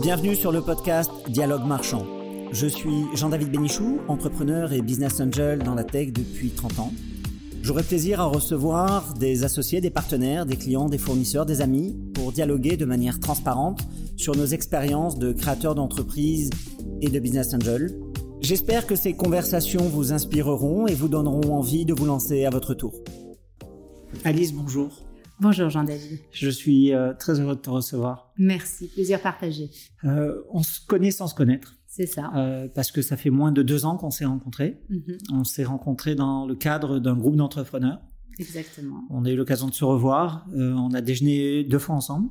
Bienvenue sur le podcast Dialogue Marchand. Je suis Jean-David Bénichou, entrepreneur et business angel dans la tech depuis 30 ans. J'aurai plaisir à recevoir des associés, des partenaires, des clients, des fournisseurs, des amis pour dialoguer de manière transparente sur nos expériences de créateurs d'entreprises et de business angel. J'espère que ces conversations vous inspireront et vous donneront envie de vous lancer à votre tour. Alice, bonjour. Bonjour Jean-David. Je suis très heureux de te recevoir. Merci, plaisir partagé. On se connaît sans se connaître. C'est ça. Parce que ça fait moins de 2 ans qu'on s'est rencontrés. On s'est rencontrés dans le cadre d'un groupe d'entrepreneurs. Exactement. On a eu l'occasion de se revoir. On a déjeuné 2 fois ensemble.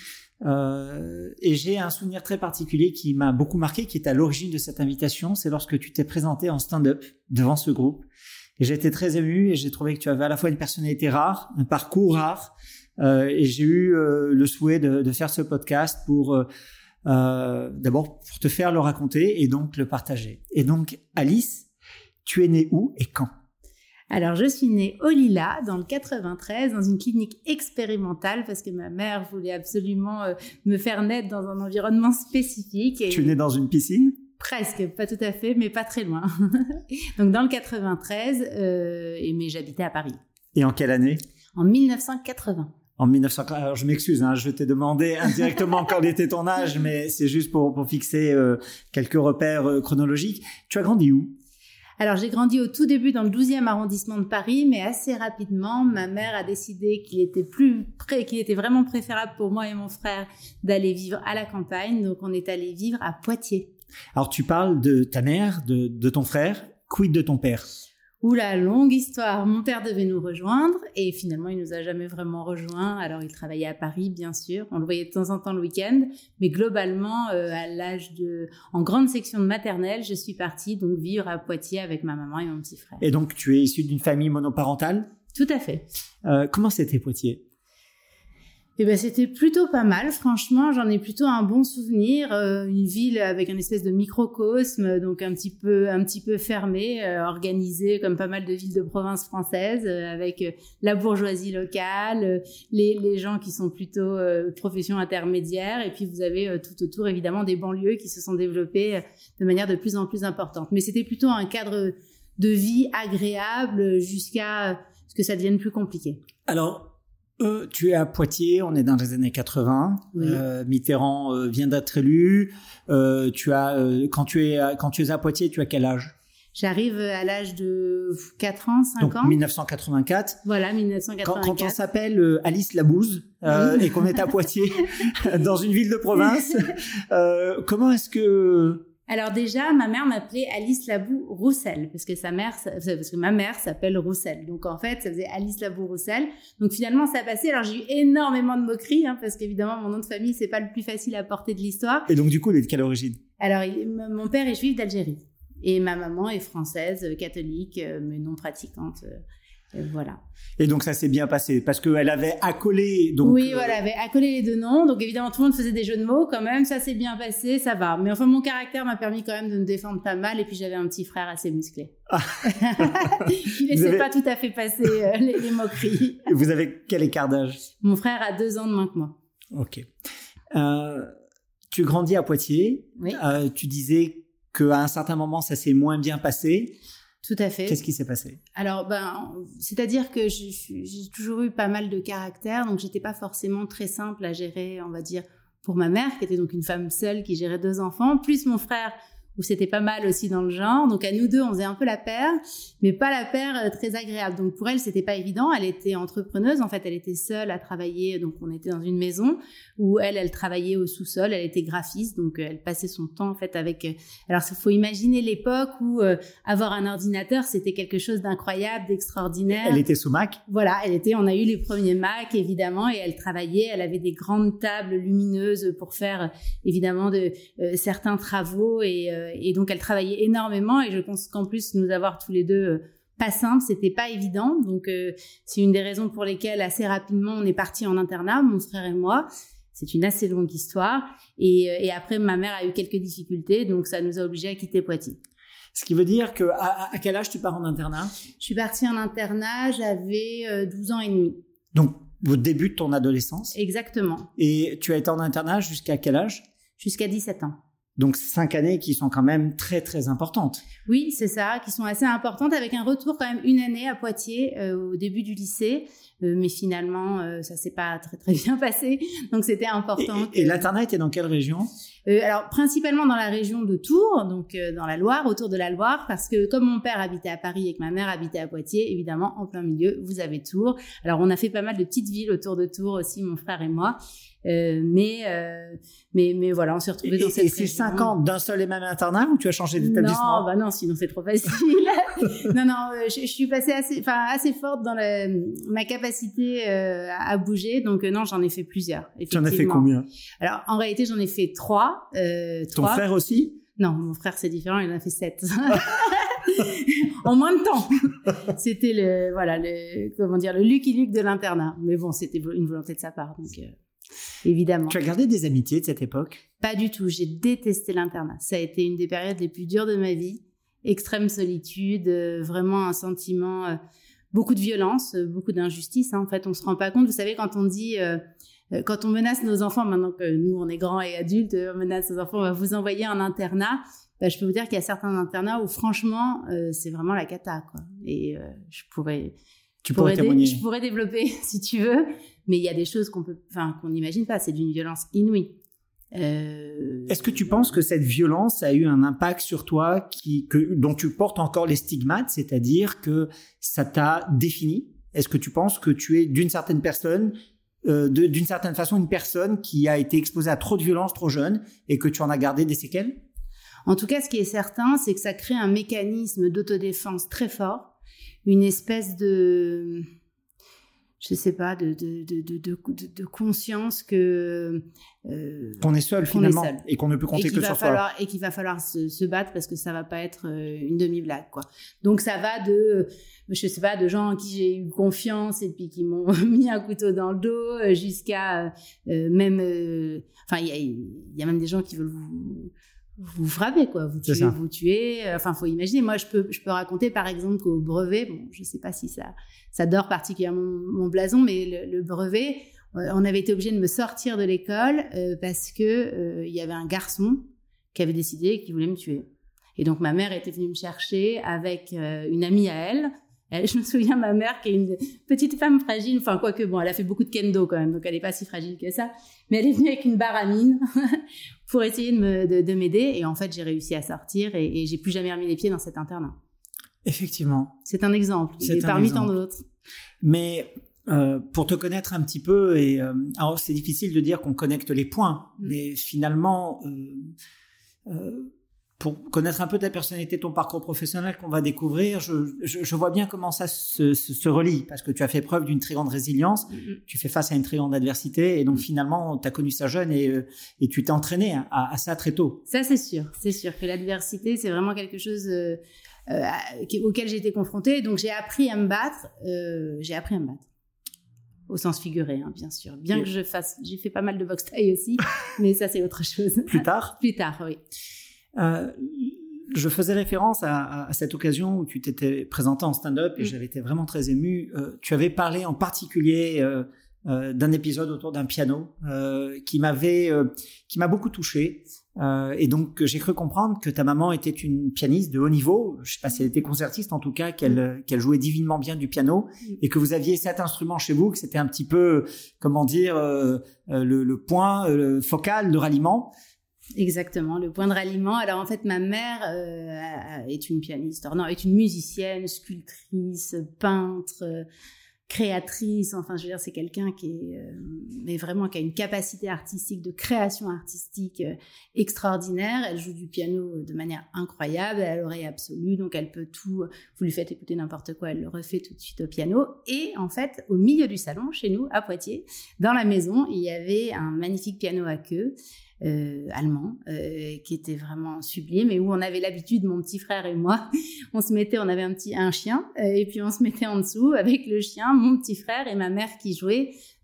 Et j'ai un souvenir très particulier qui m'a beaucoup marqué, qui est à l'origine de cette invitation. C'est lorsque tu t'es présenté en stand-up devant ce groupe. Et j'ai été très ému et j'ai trouvé que tu avais à la fois une personnalité rare, un parcours rare. Et j'ai eu le souhait de faire ce podcast pour d'abord pour te faire le raconter et donc le partager. Et donc Alice, tu es née où et quand ? Alors je suis née au Lilas dans le 93 dans une clinique expérimentale parce que ma mère voulait absolument me faire naître dans un environnement spécifique. Et tu es née dans une piscine ? Presque, pas tout à fait, mais pas très loin. Donc dans le 93, mais j'habitais à Paris. Et en quelle année ? En 1980. En 1980. Alors je m'excuse, je t'ai demandé indirectement quel était ton âge, mais c'est juste pour fixer quelques repères chronologiques. Tu as grandi où ? Alors j'ai grandi au tout début dans le 12e arrondissement de Paris, mais assez rapidement, ma mère a décidé qu'il était vraiment préférable pour moi et mon frère d'aller vivre à la campagne. Donc on est allé vivre à Poitiers. Alors tu parles de ta mère, de ton frère, quid de ton père ? Oula, longue histoire. Mon père devait nous rejoindre et finalement il nous a jamais vraiment rejoints. Alors il travaillait à Paris bien sûr, on le voyait de temps en temps le week-end, mais globalement en grande section de maternelle, je suis partie donc vivre à Poitiers avec ma maman et mon petit frère. Et donc tu es issue d'une famille monoparentale ? Tout à fait. Comment c'était Poitiers ? Eh ben c'était plutôt pas mal, franchement, j'en ai plutôt un bon souvenir, une ville avec un espèce de microcosme, donc un petit peu fermée, organisée comme pas mal de villes de province françaises, avec la bourgeoisie locale, les gens qui sont plutôt profession intermédiaire, et puis vous avez tout autour évidemment des banlieues qui se sont développées de manière de plus en plus importante. Mais c'était plutôt un cadre de vie agréable jusqu'à ce que ça devienne plus compliqué. Alors, tu es à Poitiers, on est dans les années 80. Oui. Mitterrand vient d'être élu. Quand tu es à Poitiers, tu as quel âge ? J'arrive à l'âge de 4 ans, 5 ans. Donc 1984. Voilà, 1984. Quand on s'appelle Alice Labouze et qu'on est à Poitiers, dans une ville de province, comment est-ce que... Alors déjà, ma mère m'appelait Alice Labou Roussel parce que ma mère s'appelle Roussel. Donc en fait, ça faisait Alice Labou Roussel. Donc finalement, ça a passé. Alors j'ai eu énormément de moqueries parce qu'évidemment, mon nom de famille, c'est pas le plus facile à porter de l'histoire. Et donc du coup, il est de quelle origine ? Alors mon père est juif d'Algérie et ma maman est française, catholique, mais non pratiquante. Voilà. Et donc ça s'est bien passé parce qu'elle avait accolé. Donc, oui, voilà, elle avait accolé les 2 noms. Donc évidemment, tout le monde faisait des jeux de mots quand même. Ça s'est bien passé, ça va. Mais enfin, mon caractère m'a permis quand même de me défendre pas mal. Et puis j'avais un petit frère assez musclé. Ah. Il laissait pas tout à fait passer les moqueries. Et vous avez quel écart d'âge ? Mon frère a 2 ans de moins que moi. Ok. Tu grandis à Poitiers. Oui. Tu disais qu'à un certain moment, ça s'est moins bien passé. Tout à fait. Qu'est-ce qui s'est passé ? Alors, c'est-à-dire que j'ai toujours eu pas mal de caractère, donc j'étais pas forcément très simple à gérer, on va dire, pour ma mère, qui était donc une femme seule qui gérait 2 enfants, plus mon frère, où c'était pas mal aussi dans le genre. Donc à nous deux, on faisait un peu la paire, mais pas la paire très agréable. Donc pour elle, c'était pas évident. Elle était entrepreneuse. En fait, elle était seule à travailler. Donc on était dans une maison où elle travaillait au sous-sol. Elle était graphiste. Donc elle passait son temps en fait avec... Alors il faut imaginer l'époque où avoir un ordinateur, c'était quelque chose d'incroyable, d'extraordinaire. Elle était sous Mac ? Voilà, on a eu les premiers Mac évidemment et elle travaillait. Elle avait des grandes tables lumineuses pour faire évidemment certains travaux et donc elle travaillait énormément et je pense qu'en plus nous avoir tous les deux pas simple, c'était pas évident. Donc c'est une des raisons pour lesquelles assez rapidement on est partis en internat, mon frère et moi. C'est une assez longue histoire et après ma mère a eu quelques difficultés, donc ça nous a obligés à quitter Poitiers. Ce qui veut dire que à quel âge tu pars en internat ? Je suis partie en internat, j'avais 12 ans et demi. Donc au début de ton adolescence ? Exactement. Et tu as été en internat jusqu'à quel âge ? jusqu'à 17 ans. Donc 5 années qui sont quand même très très importantes. Oui, c'est ça, qui sont assez importantes, avec un retour quand même 1 année à Poitiers au début du lycée. Mais finalement, ça s'est pas très très bien passé, donc c'était important. Et l'internat était dans quelle région ? Alors principalement dans la région de Tours, donc dans la Loire, autour de la Loire, parce que comme mon père habitait à Paris et que ma mère habitait à Poitiers, évidemment en plein milieu vous avez Tours. Alors on a fait pas mal de petites villes autour de Tours aussi, mon frère et moi. Mais voilà, on s'est retrouvés dans cette région. Et c'est 5 ans d'un seul et même internat ou tu as changé d'établissement ? Non, sinon c'est trop facile. non, je suis passée assez forte dans ma capacité à bouger, donc non, j'en ai fait plusieurs. Tu en as fait combien ? Alors en réalité, j'en ai fait 3. Ton frère aussi ? Non, mon frère c'est différent, il en a fait 7. En moins de temps. C'était le Lucky Luke de l'internat. Mais bon, c'était une volonté de sa part, donc évidemment. Tu as gardé des amitiés de cette époque ? Pas du tout, j'ai détesté l'internat. Ça a été une des périodes les plus dures de ma vie. Extrême solitude, vraiment un sentiment, beaucoup de violence, beaucoup d'injustice. En fait, on se rend pas compte. Vous savez, quand on dit, quand on menace nos enfants, maintenant que nous on est grands et adultes, on menace nos enfants, on va vous envoyer en internat. Je peux vous dire qu'il y a certains internats où franchement, c'est vraiment la cata, quoi. Et je pourrais développer si tu veux, mais il y a des choses qu'on n'imagine pas. C'est d'une violence inouïe. Est-ce que tu penses que cette violence a eu un impact sur toi dont tu portes encore les stigmates, c'est-à-dire que ça t'a défini ? Est-ce que tu penses que tu es d'une certaine façon une personne qui a été exposée à trop de violence trop jeune et que tu en as gardé des séquelles ? En tout cas, ce qui est certain, c'est que ça crée un mécanisme d'autodéfense très fort, une espèce de, je sais pas, de conscience que qu'on est seul finalement et qu'on ne peut compter que sur soi. Et qu'il va falloir se battre parce que ça va pas être une demi-blague, quoi. Donc ça va de, je sais pas, de gens en qui j'ai eu confiance et puis qui m'ont mis un couteau dans le dos jusqu'à même, enfin il y a même des gens qui veulent vous frapper, quoi, vous tuez, enfin faut imaginer. Moi je peux raconter par exemple qu'au brevet, bon je sais pas si ça dore particulièrement mon blason, mais le brevet, on avait été obligé de me sortir de l'école parce que il y avait un garçon qui avait décidé qu'il voulait me tuer. Et donc ma mère était venue me chercher avec une amie à elle. Je me souviens, ma mère, qui est une petite femme fragile, enfin quoique, bon, elle a fait beaucoup de kendo quand même, donc elle n'est pas si fragile que ça, mais elle est venue avec une barre à mine pour essayer de m'aider, et en fait j'ai réussi à sortir et j'ai plus jamais remis les pieds dans cet internat. Effectivement. C'est un exemple, parmi tant d'autres. Mais pour te connaître un petit peu, alors c'est difficile de dire qu'on connecte les points, mais finalement... pour connaître un peu ta personnalité, ton parcours professionnel qu'on va découvrir, je vois bien comment ça se relie, parce que tu as fait preuve d'une très grande résilience, tu fais face à une très grande adversité, et donc finalement, tu as connu ça jeune et tu t'es entraîné à ça très tôt. Ça, c'est sûr que l'adversité, c'est vraiment quelque chose auquel j'ai été confrontée, donc j'ai appris à me battre, au sens figuré, hein, bien sûr. Bien que j'ai fait pas mal de boxe thaï aussi, mais ça, c'est autre chose. Plus tard, oui. Je faisais référence à cette occasion où tu t'étais présenté en stand-up et j'avais été vraiment très ému. Tu avais parlé en particulier d'un épisode autour d'un piano qui m'a beaucoup touché. Et donc j'ai cru comprendre que ta maman était une pianiste de haut niveau. Je sais pas si elle était concertiste, en tout cas qu'elle jouait divinement bien du piano et que vous aviez cet instrument chez vous, que c'était un petit peu, comment dire, le point focal de ralliement. Exactement, le point de ralliement. Alors en fait, ma mère est une pianiste, est une musicienne, sculptrice, peintre, créatrice. Enfin, je veux dire, c'est quelqu'un qui est, mais vraiment qui a une capacité artistique, de création artistique extraordinaire. Elle joue du piano de manière incroyable, elle a l'oreille absolue, donc elle peut tout. Vous lui faites écouter n'importe quoi, elle le refait tout de suite au piano. Et en fait, au milieu du salon, chez nous, à Poitiers, dans la maison, il y avait un magnifique piano à queue. Allemand qui était vraiment sublime et où on avait l'habitude, mon petit frère et moi, on avait un chien et puis on se mettait en dessous avec le chien, mon petit frère et ma mère qui jouait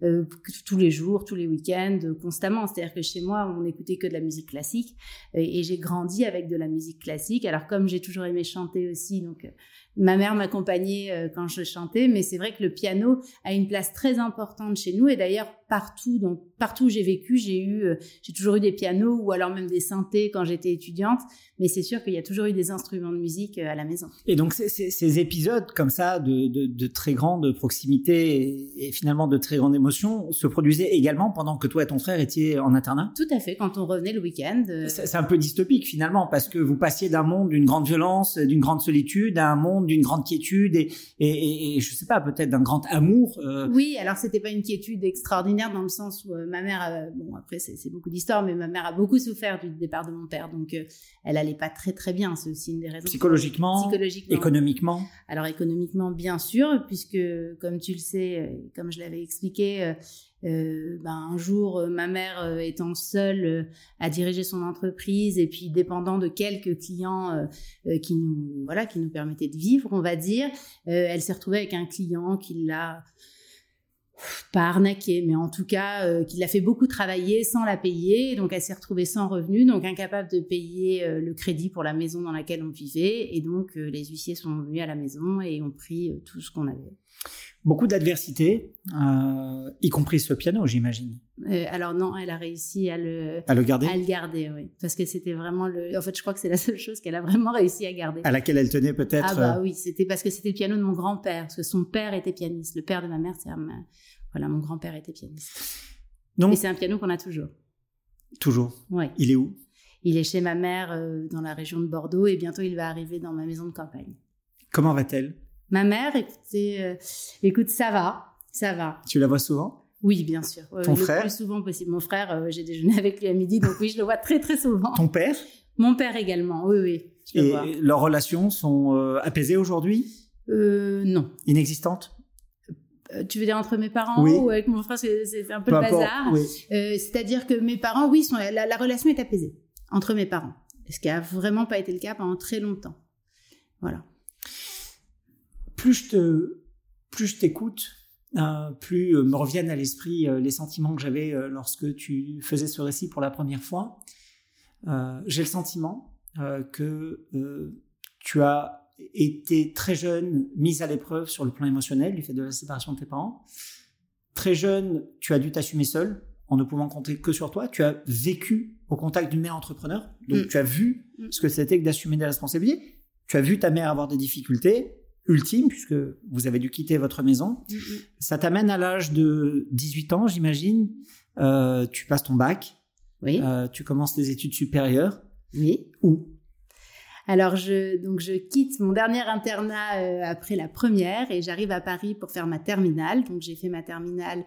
tous les jours, tous les week-ends, constamment. C'est-à-dire que chez moi, on n'écoutait que de la musique classique et j'ai grandi avec de la musique classique. Alors comme j'ai toujours aimé chanter aussi, donc ma mère m'accompagnait quand je chantais, mais c'est vrai que le piano a une place très importante chez nous et d'ailleurs partout où j'ai vécu, j'ai toujours eu des pianos ou alors même des synthés quand j'étais étudiante, mais c'est sûr qu'il y a toujours eu des instruments de musique à la maison. Et donc ces épisodes comme ça de très grande proximité et finalement de très grande émotion se produisaient également pendant que toi et ton frère étiez en internat? Tout à fait, quand on revenait le week-end. C'est un peu dystopique finalement parce que vous passiez d'un monde d'une grande violence, d'une grande solitude à un monde d'une grande quiétude et je sais pas, peut-être d'un grand amour. Oui, alors c'était pas une quiétude extraordinaire dans le sens où ma mère, bon après c'est beaucoup d'histoire, mais ma mère a beaucoup souffert du départ de mon père, donc elle allait pas très très bien, c'est aussi une des raisons. Psychologiquement, économiquement. Alors économiquement bien sûr, puisque comme tu le sais, comme je l'avais expliqué, un jour ma mère étant seule à diriger son entreprise et puis dépendant de quelques clients qui nous permettaient de vivre, on va dire, elle s'est retrouvée avec un client qui l'a pas arnaqué, mais en tout cas qui l'a fait beaucoup travailler sans la payer, donc elle s'est retrouvée sans revenu, donc incapable de payer le crédit pour la maison dans laquelle on vivait, et donc les huissiers sont venus à la maison et ont pris tout ce qu'on avait. Beaucoup d'adversité, y compris ce piano, j'imagine. Alors non, elle a réussi à le garder. À le garder, oui. Parce que c'était vraiment en fait, je crois que c'est la seule chose qu'elle a vraiment réussi à garder. À laquelle elle tenait peut-être. Ah bah oui, c'était parce que c'était le piano de mon grand-père, parce que son père était pianiste. Le père de ma mère, voilà, mon grand-père était pianiste. Donc, et c'est un piano qu'on a toujours. Toujours. Oui. Il est où? Il est chez ma mère dans la région de Bordeaux et bientôt il va arriver dans ma maison de campagne. Comment va-t-elle? Ma mère, écoute, ça va. Tu la vois souvent? Oui, bien sûr. Ton frère? Le plus souvent possible. Mon frère, j'ai déjeuné avec lui à midi, donc oui, je le vois très très souvent. Ton père? Mon père également, oui. Et leurs relations sont apaisées aujourd'hui? Non. Inexistantes? Tu veux dire entre mes parents oui. Ou avec mon frère, c'est un peu le bazar. Oui. C'est-à-dire que mes parents, oui, la relation est apaisée entre mes parents. Ce qui n'a vraiment pas été le cas pendant très longtemps. Voilà. Plus je t'écoute, plus me reviennent à l'esprit les sentiments que j'avais lorsque tu faisais ce récit pour la première fois. J'ai le sentiment que tu as été très jeune, mise à l'épreuve sur le plan émotionnel du fait de la séparation de tes parents. Très jeune, tu as dû t'assumer seule en ne pouvant compter que sur toi. Tu as vécu au contact d'une mère entrepreneur, donc tu as vu ce que c'était que d'assumer des responsabilités. Tu as vu ta mère avoir des difficultés ultimes puisque vous avez dû quitter votre maison. Ça t'amène à l'âge de 18 ans, j'imagine. Tu passes ton bac. Oui. Tu commences tes études supérieures. Oui. Où? Alors, je quitte mon dernier internat après la première et j'arrive à Paris pour faire ma terminale. Donc, j'ai fait ma terminale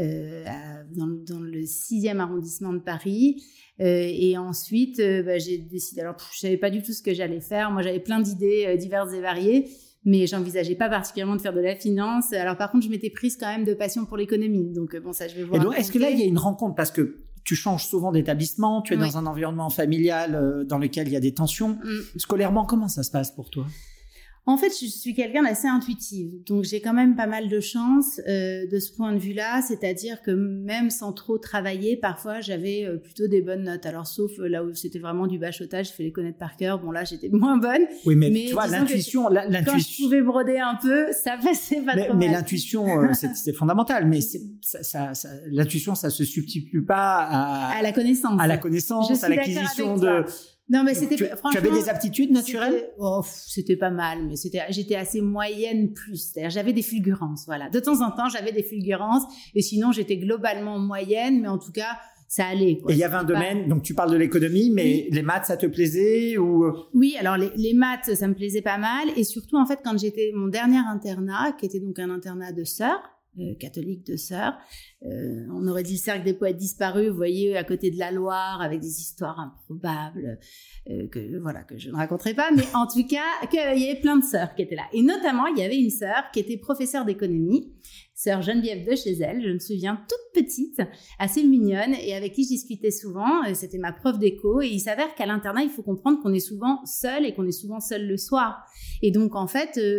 dans le 6e arrondissement de Paris. Et ensuite, j'ai décidé... Alors, je savais pas du tout ce que j'allais faire. Moi, j'avais plein d'idées diverses et variées, mais j'envisageais pas particulièrement de faire de la finance. Alors, par contre, je m'étais prise quand même de passion pour l'économie. Donc, bon, ça, je vais voir. Et donc, est-ce que là, il y a une rencontre? Parce que tu changes souvent d'établissement, tu es dans un environnement familial dans lequel il y a des tensions. Scolairement, comment ça se passe pour toi? En fait, je suis quelqu'un d'assez intuitive, donc j'ai quand même pas mal de chance de ce point de vue-là, c'est-à-dire que même sans trop travailler, parfois j'avais plutôt des bonnes notes. Alors sauf là où c'était vraiment du bachotage, je fais les connaître par cœur. Bon là, j'étais moins bonne. Oui, mais tu vois, l'intuition, quand je pouvais broder un peu, ça passait pas trop mal. Mais l'intuition, c'est fondamental. Mais l'intuition, ça se substitue pas à la connaissance, à l'acquisition de. Non, mais c'était franchement. Tu avais des aptitudes naturelles? C'était pas mal, mais j'étais assez moyenne plus. C'est-à-dire, j'avais des fulgurances, voilà. De temps en temps, j'avais des fulgurances, et sinon, j'étais globalement moyenne, mais en tout cas, ça allait, quoi. Et il y avait un domaine, donc tu parles de l'économie, mais les maths, ça te plaisait ou? Oui, alors les maths, ça me plaisait pas mal, et surtout, en fait, quand j'étais mon dernier internat, qui était donc un internat de sœurs, catholique de sœurs. On aurait dit le cercle des poètes disparus, vous voyez, à côté de la Loire, avec des histoires improbables que je ne raconterai pas, mais en tout cas, qu'il y avait plein de sœurs qui étaient là. Et notamment, il y avait une sœur qui était professeure d'économie, sœur Geneviève de chez elle, je me souviens, toute petite, assez mignonne, et avec qui je discutais souvent. C'était ma prof d'éco, et il s'avère qu'à l'internat, il faut comprendre qu'on est souvent seul, et qu'on est souvent seul le soir. Et donc, en fait,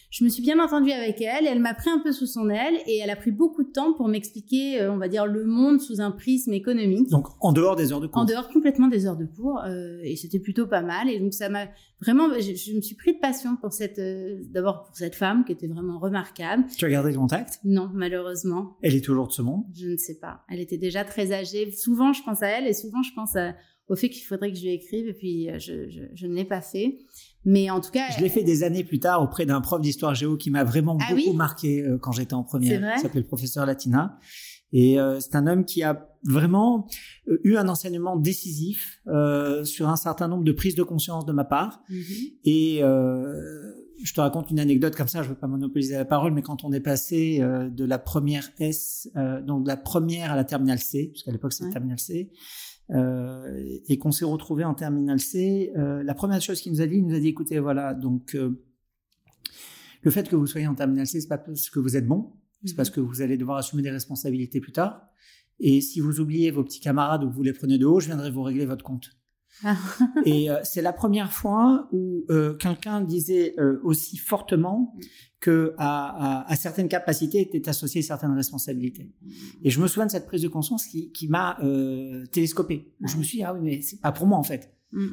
je me suis bien entendue avec elle. Elle m'a pris un peu sous son aile et elle a pris beaucoup de temps pour m'expliquer, on va dire, le monde sous un prisme économique. Donc, en dehors des heures de cours. En dehors complètement des heures de cours. Et c'était plutôt pas mal. Et donc, ça m'a vraiment... Je me suis pris de passion pour d'abord pour cette femme qui était vraiment remarquable. Tu as gardé le contact? Non, malheureusement. Elle est toujours de ce monde? Je ne sais pas. Elle était déjà très âgée. Souvent, je pense à elle et souvent, je pense au fait qu'il faudrait que je lui écrive. Et puis, je ne l'ai pas fait. Mais en tout cas... Je l'ai fait des années plus tard auprès d'un prof d'histoire géo qui m'a vraiment beaucoup marqué quand j'étais en première. C'est vrai? Il s'appelait le professeur Latina. Et c'est un homme qui a vraiment eu un enseignement décisif sur un certain nombre de prises de conscience de ma part. Et je te raconte une anecdote comme ça, je ne veux pas monopoliser la parole, mais quand on est passé de la première S, donc de la première à la terminale C, puisqu'à l'époque c'était terminale C, et qu'on s'est retrouvé en terminale C, la première chose qu'il nous a dit, écoutez, voilà, donc le fait que vous soyez en terminale C, c'est pas parce que vous êtes bon, c'est parce que vous allez devoir assumer des responsabilités plus tard. Et si vous oubliez vos petits camarades ou que vous les prenez de haut, je viendrai vous régler votre compte. Et c'est la première fois où quelqu'un disait aussi fortement que à certaines capacités étaient associées certaines responsabilités. Et je me souviens de cette prise de conscience qui m'a télescopé. Je me suis dit, ah oui, mais c'est pas pour moi en fait.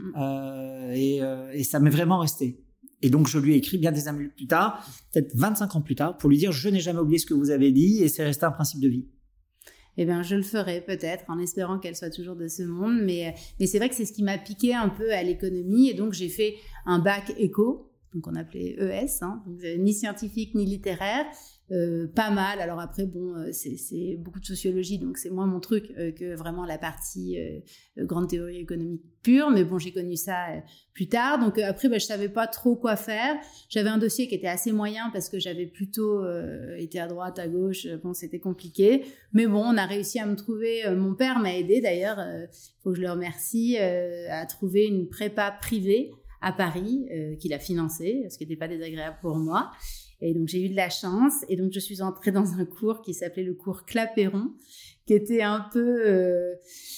Et ça m'est vraiment resté. Et donc, je lui ai écrit bien des années plus tard, peut-être 25 ans plus tard, pour lui dire « Je n'ai jamais oublié ce que vous avez dit et c'est resté un principe de vie ». Eh bien, je le ferai peut-être, en espérant qu'elle soit toujours de ce monde. Mais c'est vrai que c'est ce qui m'a piqué un peu à l'économie. Et donc, j'ai fait un bac éco, donc on appelait ES, donc, ni scientifique ni littéraire. Pas mal. Alors après, bon, c'est beaucoup de sociologie, donc c'est moins mon truc que vraiment la partie grande théorie économique pure. Mais bon, j'ai connu ça plus tard. Donc après, je savais pas trop quoi faire. J'avais un dossier qui était assez moyen parce que j'avais plutôt été à droite, à gauche. Bon, c'était compliqué. Mais bon, on a réussi à me trouver. Mon père m'a aidé d'ailleurs. Faut que je le remercie à trouver une prépa privée à Paris qu'il a financée, ce qui n'était pas désagréable pour moi. Et donc, j'ai eu de la chance. Et donc, je suis entrée dans un cours qui s'appelait le cours Clapeyron, qui était un peu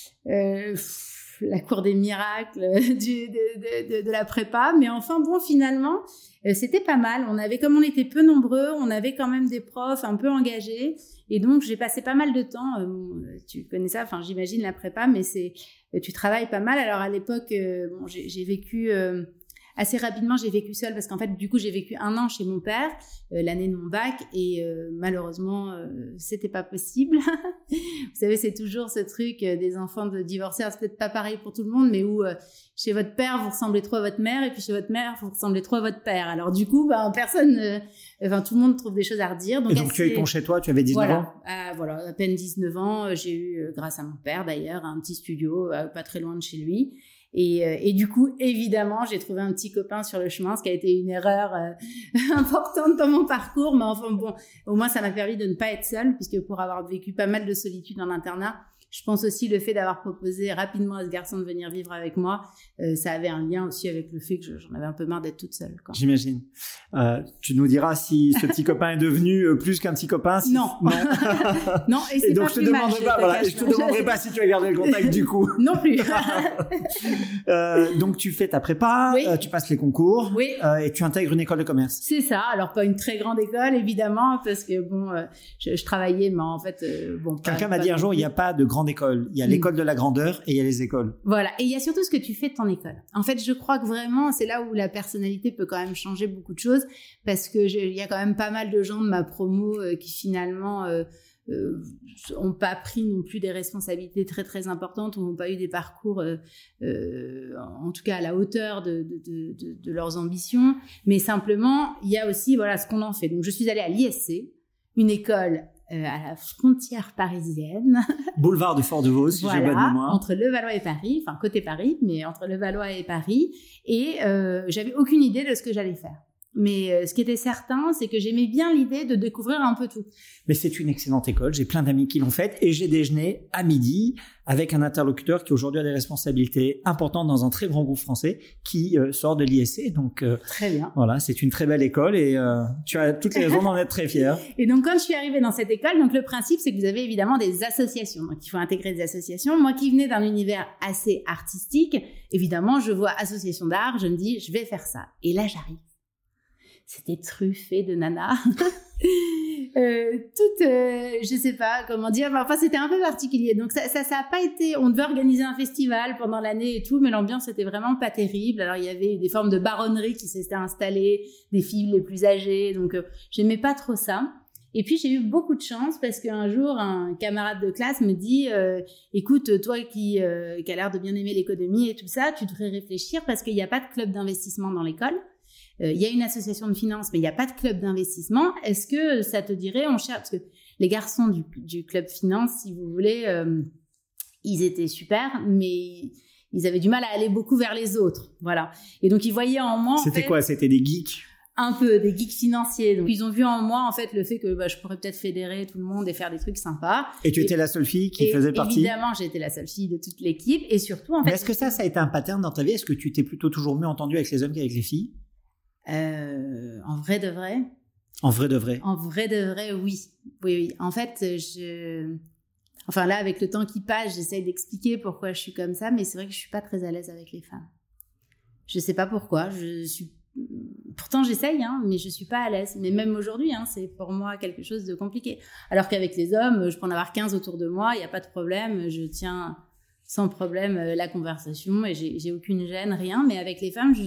la cour des miracles de la prépa. Mais enfin, bon, finalement, c'était pas mal. Comme on était peu nombreux, on avait quand même des profs un peu engagés. Et donc, j'ai passé pas mal de temps. Tu connais ça, enfin, j'imagine la prépa, mais tu travailles pas mal. Alors, à l'époque, j'ai vécu... Assez rapidement, j'ai vécu seule parce qu'en fait, du coup, j'ai vécu 1 an chez mon père, l'année de mon bac, et malheureusement, c'était pas possible. Vous savez, c'est toujours ce truc des enfants de divorcés. C'est peut-être pas pareil pour tout le monde, mais où chez votre père, vous ressemblez trop à votre mère, et puis chez votre mère, vous ressemblez trop à votre père. Alors du coup, tout le monde trouve des choses à redire. Donc, et donc tu as eu ton chez toi, tu avais 19 ans. Voilà, à peine 19 ans, j'ai eu, grâce à mon père d'ailleurs, un petit studio pas très loin de chez lui. Et du coup, évidemment, j'ai trouvé un petit copain sur le chemin, ce qui a été une erreur importante dans mon parcours. Mais enfin bon, au moins, ça m'a permis de ne pas être seule, puisque pour avoir vécu pas mal de solitude en internat, je pense aussi le fait d'avoir proposé rapidement à ce garçon de venir vivre avec moi, ça avait un lien aussi avec le fait que j'en avais un peu marre d'être toute seule. J'imagine. Tu nous diras si ce petit copain est devenu plus qu'un petit copain. Non. Non, et c'est donc, pas plus mal. Je te demanderai pas si tu as gardé le contact du coup. Non plus. Donc tu fais ta prépa, oui. Tu passes les concours, oui. Et tu intègres une école de commerce. C'est ça. Alors pas une très grande école évidemment, parce que je travaillais, mais en fait Quelqu'un m'a dit un jour, il n'y a pas de grande école. Il y a l'école de la grandeur et il y a les écoles. Voilà. Et il y a surtout ce que tu fais de ton école. En fait, je crois que vraiment, c'est là où la personnalité peut quand même changer beaucoup de choses, parce que il y a quand même pas mal de gens de ma promo qui finalement ont pas pris non plus des responsabilités très très importantes, ou n'ont pas eu des parcours en tout cas à la hauteur de leurs ambitions. Mais simplement, il y a aussi ce qu'on en fait. Donc je suis allée à l'ISC, une école à la frontière parisienne. Boulevard de Fort-de-Vaux, si j'ai bonne mémoire. Entre Levallois et Paris, enfin côté Paris, mais entre Levallois et Paris. Et j'avais aucune idée de ce que j'allais faire. Mais ce qui était certain, c'est que j'aimais bien l'idée de découvrir un peu tout. Mais c'est une excellente école, j'ai plein d'amis qui l'ont faite, et j'ai déjeuné à midi avec un interlocuteur qui aujourd'hui a des responsabilités importantes dans un très grand groupe français qui sort de l'ISC. Donc très bien. Voilà, c'est une très belle école et tu as toutes les raisons d'en être très fière. Et donc quand je suis arrivée dans cette école, donc le principe c'est que vous avez évidemment des associations. Donc il faut intégrer des associations. Moi qui venais d'un univers assez artistique, évidemment je vois association d'art, je me dis je vais faire ça. Et là j'arrive. c'était truffé de nanas. Je sais pas comment dire, mais enfin c'était un peu particulier. Donc ça a pas été. On devait organiser un festival pendant l'année et tout, mais l'ambiance était vraiment pas terrible. Alors il y avait des formes de baronnerie qui s'étaient installées, des filles les plus âgées, donc j'aimais pas trop ça. Et puis j'ai eu beaucoup de chance parce qu'un jour un camarade de classe me dit écoute, toi qui a l'air de bien aimer l'économie et tout ça, tu devrais réfléchir parce qu'il n'y a pas de club d'investissement dans l'école. Il y a une association de finance, mais il n'y a pas de club d'investissement. Est-ce que ça te dirait, on cherche, parce que les garçons du club finance, si vous voulez, ils étaient super, mais ils avaient du mal à aller beaucoup vers les autres. Voilà. Et donc, ils voyaient en moi... C'était quoi? C'était des geeks? Un peu, des geeks financiers. Donc, ils ont vu en moi, en fait, le fait que je pourrais peut-être fédérer tout le monde et faire des trucs sympas. Et tu étais la seule fille qui faisait partie? Évidemment, j'étais la seule fille de toute l'équipe. Et surtout, en fait... Mais est-ce que ça a été un pattern dans ta vie? Est-ce que tu t'es plutôt toujours mieux entendu avec les hommes qu'avec les filles? En vrai de vrai. En vrai de vrai. En vrai de vrai, oui. Oui. En fait, enfin là, avec le temps qui passe, j'essaye d'expliquer pourquoi je suis comme ça, mais c'est vrai que je suis pas très à l'aise avec les femmes. Je sais pas pourquoi. Pourtant, j'essaye, mais je suis pas à l'aise. Mais même aujourd'hui, c'est pour moi quelque chose de compliqué. Alors qu'avec les hommes, je peux en avoir 15 autour de moi, il y a pas de problème. Je tiens sans problème la conversation et j'ai aucune gêne, rien. Mais avec les femmes,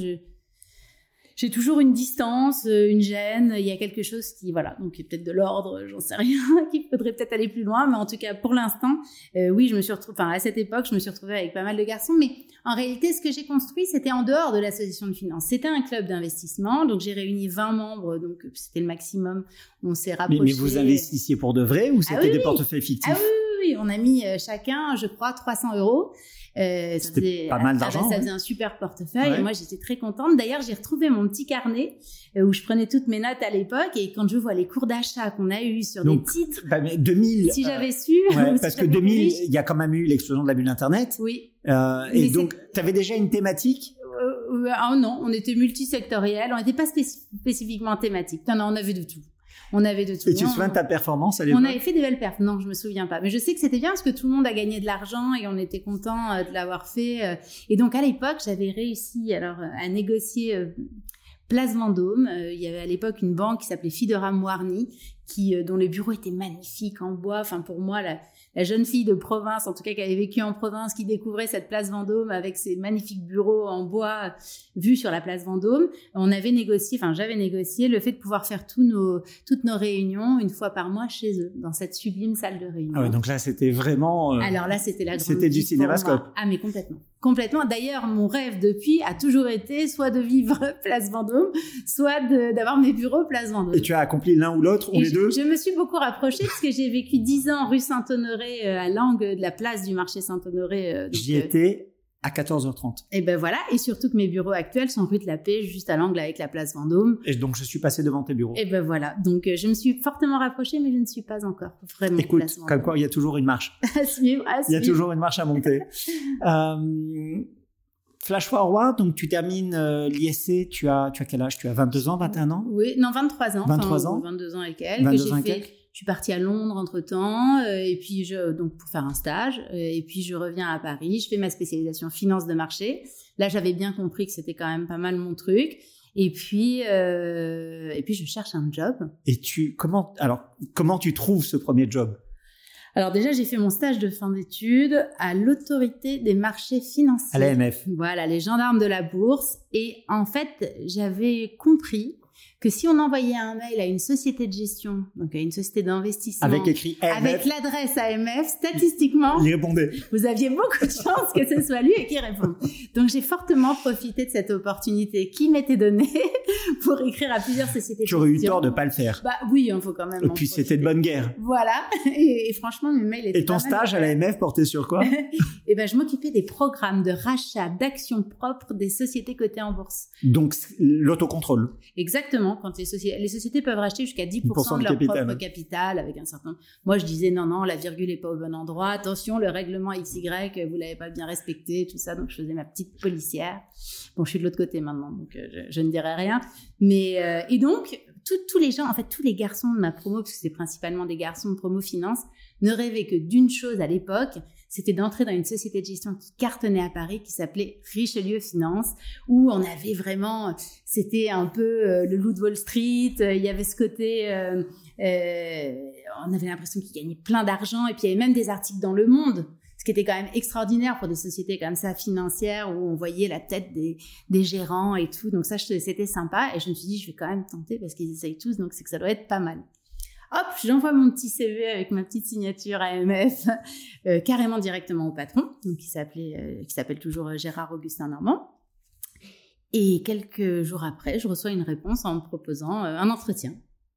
j'ai toujours une distance, une gêne, il y a quelque chose qui, voilà, donc peut-être de l'ordre, j'en sais rien, qu'il faudrait peut-être aller plus loin, mais en tout cas, pour l'instant, oui, je me suis retrouvée, à cette époque, je me suis retrouvée avec pas mal de garçons, mais en réalité, ce que j'ai construit, c'était en dehors de l'association de finance. C'était un club d'investissement, donc j'ai réuni 20 membres, donc c'était le maximum, on s'est rapprochés. Mais vous investissiez pour de vrai ou c'était des portefeuilles fictifs? Oui, on a mis chacun, je crois, 300 €. C'était pas mal d'argent. Ça faisait un super portefeuille et moi j'étais très contente. D'ailleurs, j'ai retrouvé mon petit carnet où je prenais toutes mes notes à l'époque et quand je vois les cours d'achat qu'on a eu sur des titres. Mais 2000. Si j'avais su. Parce que 2000, il y a quand même eu l'explosion de la bulle Internet. Oui. Et donc, tu avais déjà une thématique? Non, on était multisectoriel, on n'était pas spécifiquement thématique. Non, on avait de tout. On avait de tout. Et tu te souviens de ta performance à l'époque? On avait fait des belles perfs. Non, je me souviens pas. Mais je sais que c'était bien parce que tout le monde a gagné de l'argent et on était content de l'avoir fait. Et donc, à l'époque, j'avais réussi à négocier Place Vendôme. Il y avait à l'époque une banque qui s'appelait Fideram Warny, dont les bureaux étaient magnifiques en bois. Enfin, pour moi, la jeune fille de province, en tout cas qui avait vécu en province, qui découvrait cette place Vendôme avec ses magnifiques bureaux en bois vus sur la place Vendôme, j'avais négocié le fait de pouvoir faire toutes nos réunions une fois par mois chez eux, dans cette sublime salle de réunion. Ah ouais, donc là, c'était vraiment... Alors là, c'était la grande... C'était du cinémascope. Ah, mais complètement. Complètement. D'ailleurs, mon rêve depuis a toujours été soit de vivre place Vendôme, soit d'avoir mes bureaux place Vendôme. Et tu as accompli l'un ou l'autre, ou les deux? Je me suis beaucoup rapprochée parce que j'ai vécu 10 ans rue Saint-Honoré, à l'angle de la place du marché Saint-Honoré. J'y étais à 14h30. Et ben voilà, et surtout que mes bureaux actuels sont rue de la Paix, juste à l'angle avec la place Vendôme. Et donc je suis passé devant tes bureaux. Et ben voilà, donc je me suis fortement rapprochée, mais je ne suis pas encore vraiment. Écoute, comme quoi il y a toujours une marche. À suivre. Il y a toujours une marche à monter. Flash forward, donc tu termines l'ISC, tu as quel âge? Tu as 22 ans, 21 ans? Oui, non, 23 ans. 23 ans. 22 ans et quelques. Je suis partie à Londres entre-temps, et puis donc pour faire un stage, et puis je reviens à Paris, je fais ma spécialisation finance de marché. Là, j'avais bien compris que c'était quand même pas mal mon truc. Et puis je cherche un job. Et comment tu trouves ce premier job? Alors déjà, j'ai fait mon stage de fin d'études à l'autorité des marchés financiers. À l'AMF. Voilà, les gendarmes de la bourse. Et en fait, j'avais compris que si on envoyait un mail à une société de gestion, donc à une société d'investissement, avec écrit AMF, avec l'adresse AMF, statistiquement, il répondait. Vous aviez beaucoup de chance que ce soit lui et qu'il réponde. Donc j'ai fortement profité de cette opportunité qui m'était donnée pour écrire à plusieurs sociétés de gestion. Tu aurais eu tort de pas le faire. Bah oui, il faut quand même. Et puis c'était de bonne guerre. Voilà. Et franchement, mes mails étaient. Et ton stage à l'AMF portait sur quoi? Et ben je m'occupais des programmes de rachat d'actions propres des sociétés cotées en bourse. Donc l'autocontrôle. Exactement. Quand les sociétés peuvent racheter jusqu'à 10% de leur propre capital avec un certain... Moi, je disais non, la virgule est pas au bon endroit. Attention, le règlement XY, vous l'avez pas bien respecté, tout ça. Donc, je faisais ma petite policière. Bon, je suis de l'autre côté maintenant, donc je ne dirais rien. Mais et donc, tous les gens, en fait, tous les garçons de ma promo, parce que c'est principalement des garçons de promo finance, ne rêvaient que d'une chose à l'époque, c'était d'entrer dans une société de gestion qui cartonnait à Paris, qui s'appelait Richelieu Finance, où on avait vraiment, c'était un peu le loup de Wall Street, il y avait ce côté, on avait l'impression qu'il gagnait plein d'argent, et puis il y avait même des articles dans Le Monde, ce qui était quand même extraordinaire pour des sociétés comme ça financières où on voyait la tête des gérants et tout. Donc ça, c'était sympa. Et je me suis dit, je vais quand même tenter parce qu'ils essayent tous, donc c'est que ça doit être pas mal. Hop, j'envoie mon petit CV avec ma petite signature AMF carrément directement au patron, donc qui s'appelle toujours Gérard Augustin Normand. Et quelques jours après, je reçois une réponse en me proposant un entretien.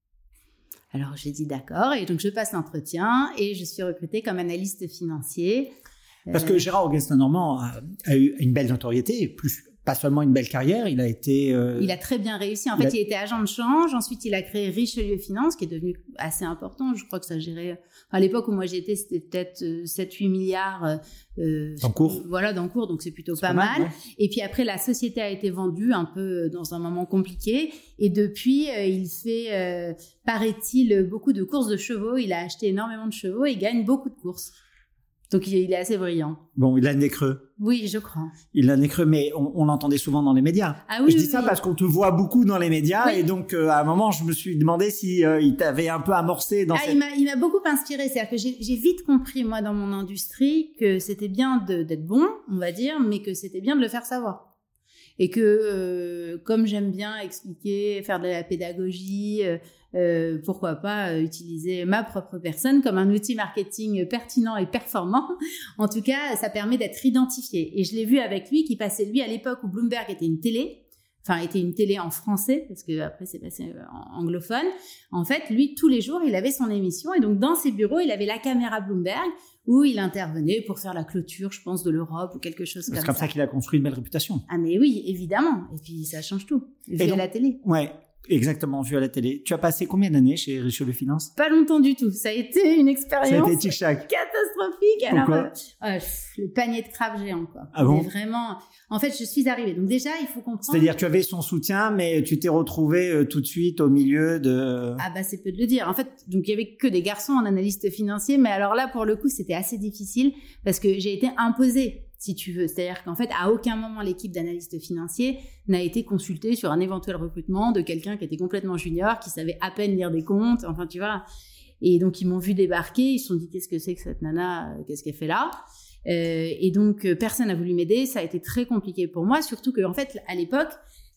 Alors, j'ai dit d'accord, et donc je passe l'entretien et je suis recrutée comme analyste financier. Parce que Gérard Augustin Normand a eu une belle notoriété, pas seulement une belle carrière, il a été... Il a très bien réussi. En fait, il était agent de change. Ensuite, il a créé Richelieu Finance, qui est devenu assez important. Je crois que ça gérait... À l'époque où moi j'étais, c'était peut-être 7-8 milliards d'encours. Voilà, d'encours, donc c'est plutôt pas mal. Ouais. Et puis après, la société a été vendue un peu dans un moment compliqué. Et depuis, il fait, paraît-il, beaucoup de courses de chevaux. Il a acheté énormément de chevaux et il gagne beaucoup de courses. Donc, il est assez brillant. Bon, il a le nez creux. Oui, je crois. Il a le nez creux, mais on l'entendait souvent dans les médias. Ah oui, je dis ça parce qu'on te voit beaucoup dans les médias. Oui. Et donc, à un moment, je me suis demandé si il t'avait un peu amorcé dans Il m'a beaucoup inspiré. C'est-à-dire que j'ai vite compris, moi, dans mon industrie, que c'était bien d'être bon, on va dire, mais que c'était bien de le faire savoir. Et que, comme j'aime bien expliquer, faire de la pédagogie... pourquoi pas utiliser ma propre personne comme un outil marketing pertinent et performant. En tout cas, ça permet d'être identifié. Et je l'ai vu avec lui, qui passait, lui, à l'époque où Bloomberg était une télé en français, parce que après c'est passé en anglophone. En fait, lui, tous les jours, il avait son émission, et donc dans ses bureaux, il avait la caméra Bloomberg, où il intervenait pour faire la clôture, je pense, de l'Europe ou quelque chose comme ça. C'est comme ça qu'il a construit une belle réputation. Ah mais oui, évidemment. Et puis ça change tout, vu à la télé. Ouais. Exactement, vu à la télé. Tu as passé combien d'années chez Richelieu Finance? Pas longtemps du tout. Ça a été une expérience catastrophique. Pourquoi? Alors, le panier de crabes géant, quoi. Ah bon? Vraiment... En fait, je suis arrivée. Donc déjà, il faut comprendre... C'est-à-dire, tu avais son soutien, mais tu t'es retrouvée tout de suite au milieu de... Ah bah, c'est peu de le dire. En fait, donc il y avait que des garçons en analyste financier, mais alors là, pour le coup, c'était assez difficile parce que j'ai été imposée, si tu veux. C'est-à-dire qu'en fait, à aucun moment, l'équipe d'analystes financiers n'a été consultée sur un éventuel recrutement de quelqu'un qui était complètement junior, qui savait à peine lire des comptes, enfin, tu vois. Et donc, ils m'ont vu débarquer, ils se sont dit, qu'est-ce que c'est que cette nana, qu'est-ce qu'elle fait là? Et donc, personne n'a voulu m'aider, ça a été très compliqué pour moi, surtout que, en fait, à l'époque,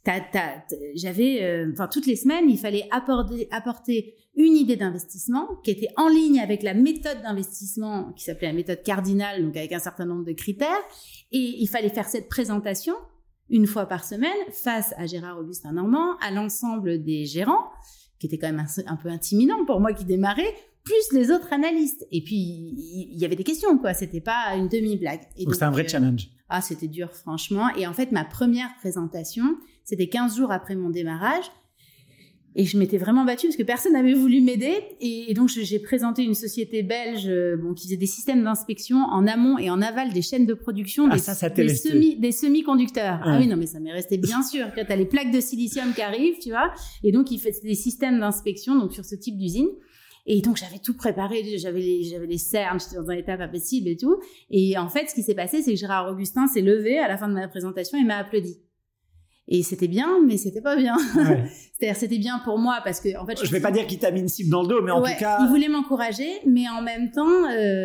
j'avais, toutes les semaines, il fallait apporter une idée d'investissement qui était en ligne avec la méthode d'investissement qui s'appelait la méthode cardinale, donc avec un certain nombre de critères. Et il fallait faire cette présentation une fois par semaine face à Gérard Augustin Normand, à l'ensemble des gérants, qui était quand même un peu intimidant pour moi qui démarrais, plus les autres analystes. Et puis, il y avait des questions, quoi. C'était pas une demi-blague. Donc, c'était un vrai challenge. Ah, c'était dur, franchement. Et en fait, ma première présentation, c'était 15 jours après mon démarrage. Et je m'étais vraiment battue parce que personne n'avait voulu m'aider. Et donc, j'ai présenté une société belge qui faisait des systèmes d'inspection en amont et en aval des chaînes de production des semi-conducteurs. Ouais. Ah oui, non, mais ça m'est resté bien sûr. Quand tu as les plaques de silicium qui arrivent, tu vois. Et donc, il fait des systèmes d'inspection donc sur ce type d'usine. Et donc, j'avais tout préparé, j'avais les cernes, j'étais dans un état pas possible et tout. Et en fait, ce qui s'est passé, c'est que Gérard Augustin s'est levé à la fin de ma présentation et m'a applaudi. Et c'était bien, mais c'était pas bien. Ouais. C'est-à-dire, c'était bien pour moi parce que, en fait... Je vais pas dire qu'il t'a mis une cible dans le dos, mais en tout cas... il voulait m'encourager, mais en même temps...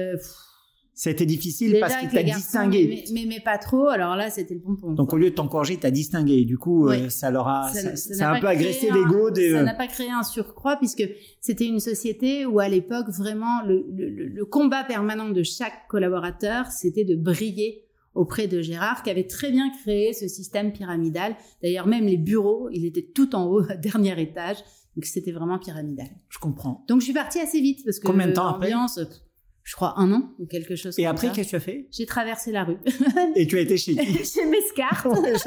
Ça a été difficile parce qu'il t'a distingué. Mais pas trop, alors là, c'était le pompon. Donc, au lieu de t'encourager, il t'a distingué. Du coup, ça a un peu agressé l'ego des... Ça n'a pas créé un surcroît puisque c'était une société où, à l'époque, vraiment, le combat permanent de chaque collaborateur, c'était de briller auprès de Gérard, qui avait très bien créé ce système pyramidal. D'ailleurs, même les bureaux, ils étaient tout en haut, dernier étage. Donc, c'était vraiment pyramidal. Je comprends. Donc, je suis partie assez vite parce que... Combien de temps après? Je crois 1 an ou quelque chose comme ça. Et après, qu'est-ce que tu as fait? J'ai traversé la rue. Et tu as été chez qui? Chez Mescart.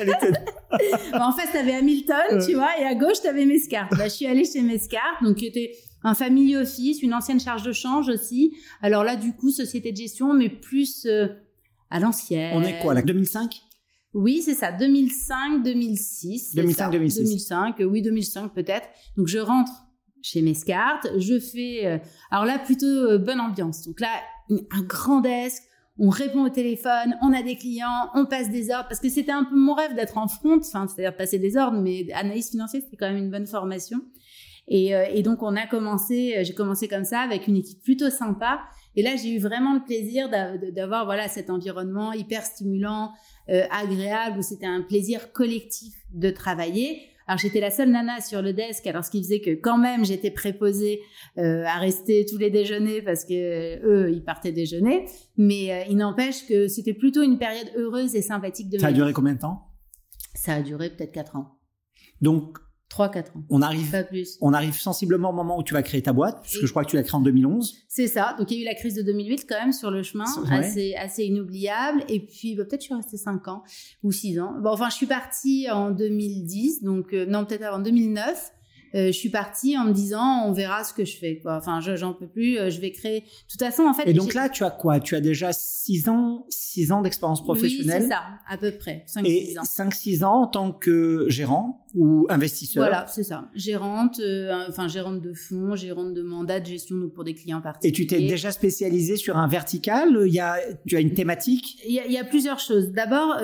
En face, t'avais Hamilton, tu vois, et à gauche, t'avais Mescart. Je suis allée chez Mescart, donc qui était un family office, une ancienne charge de change aussi. Alors là, du coup, société de gestion, mais plus à l'ancienne. On est quoi, là, 2005? Oui, c'est ça, 2005, 2006. 2005, 2006. 2005, oui, 2005 peut-être. Donc, je rentre chez Mescart, je fais... alors là, plutôt bonne ambiance. Donc là, un grand desk, on répond au téléphone, on a des clients, on passe des ordres, parce que c'était un peu mon rêve d'être en front, enfin, c'est-à-dire passer des ordres, mais analyse financière, c'était quand même une bonne formation. Et donc, j'ai commencé comme ça avec une équipe plutôt sympa. Et là, j'ai eu vraiment le plaisir d'avoir, voilà, cet environnement hyper stimulant, agréable, où c'était un plaisir collectif de travailler. Alors, j'étais la seule nana sur le desk, alors ce qui faisait que quand même, j'étais préposée à rester tous les déjeuners parce que eux, ils partaient déjeuner. Mais il n'empêche que c'était plutôt une période heureuse et sympathique de ma vie. Ça a duré combien de temps? Ça a duré peut-être 4 ans. Donc, 3-4 ans. Pas plus. On arrive sensiblement au moment où tu vas créer ta boîte, puisque je crois que tu l'as créée en 2011. C'est ça. Donc, il y a eu la crise de 2008 quand même sur le chemin, assez inoubliable. Et puis, peut-être je suis restée 5 ans ou 6 ans. Bon, enfin, je suis partie en 2010, donc non, peut-être en 2009. Je suis partie en me disant, on verra ce que je fais, quoi. Enfin, j'en peux plus, je vais créer. De toute façon, en fait. Et donc là, tu as quoi? Tu as déjà 6 ans d'expérience professionnelle. Oui, c'est ça, à peu près. 5-6 ans. 5-6 ans en tant que gérant ou investisseur. Voilà, c'est ça. Gérante de fonds, gérante de mandat de gestion, donc pour des clients particuliers. Et tu t'es déjà spécialisée sur un vertical? Tu as une thématique? Il y a plusieurs choses. D'abord,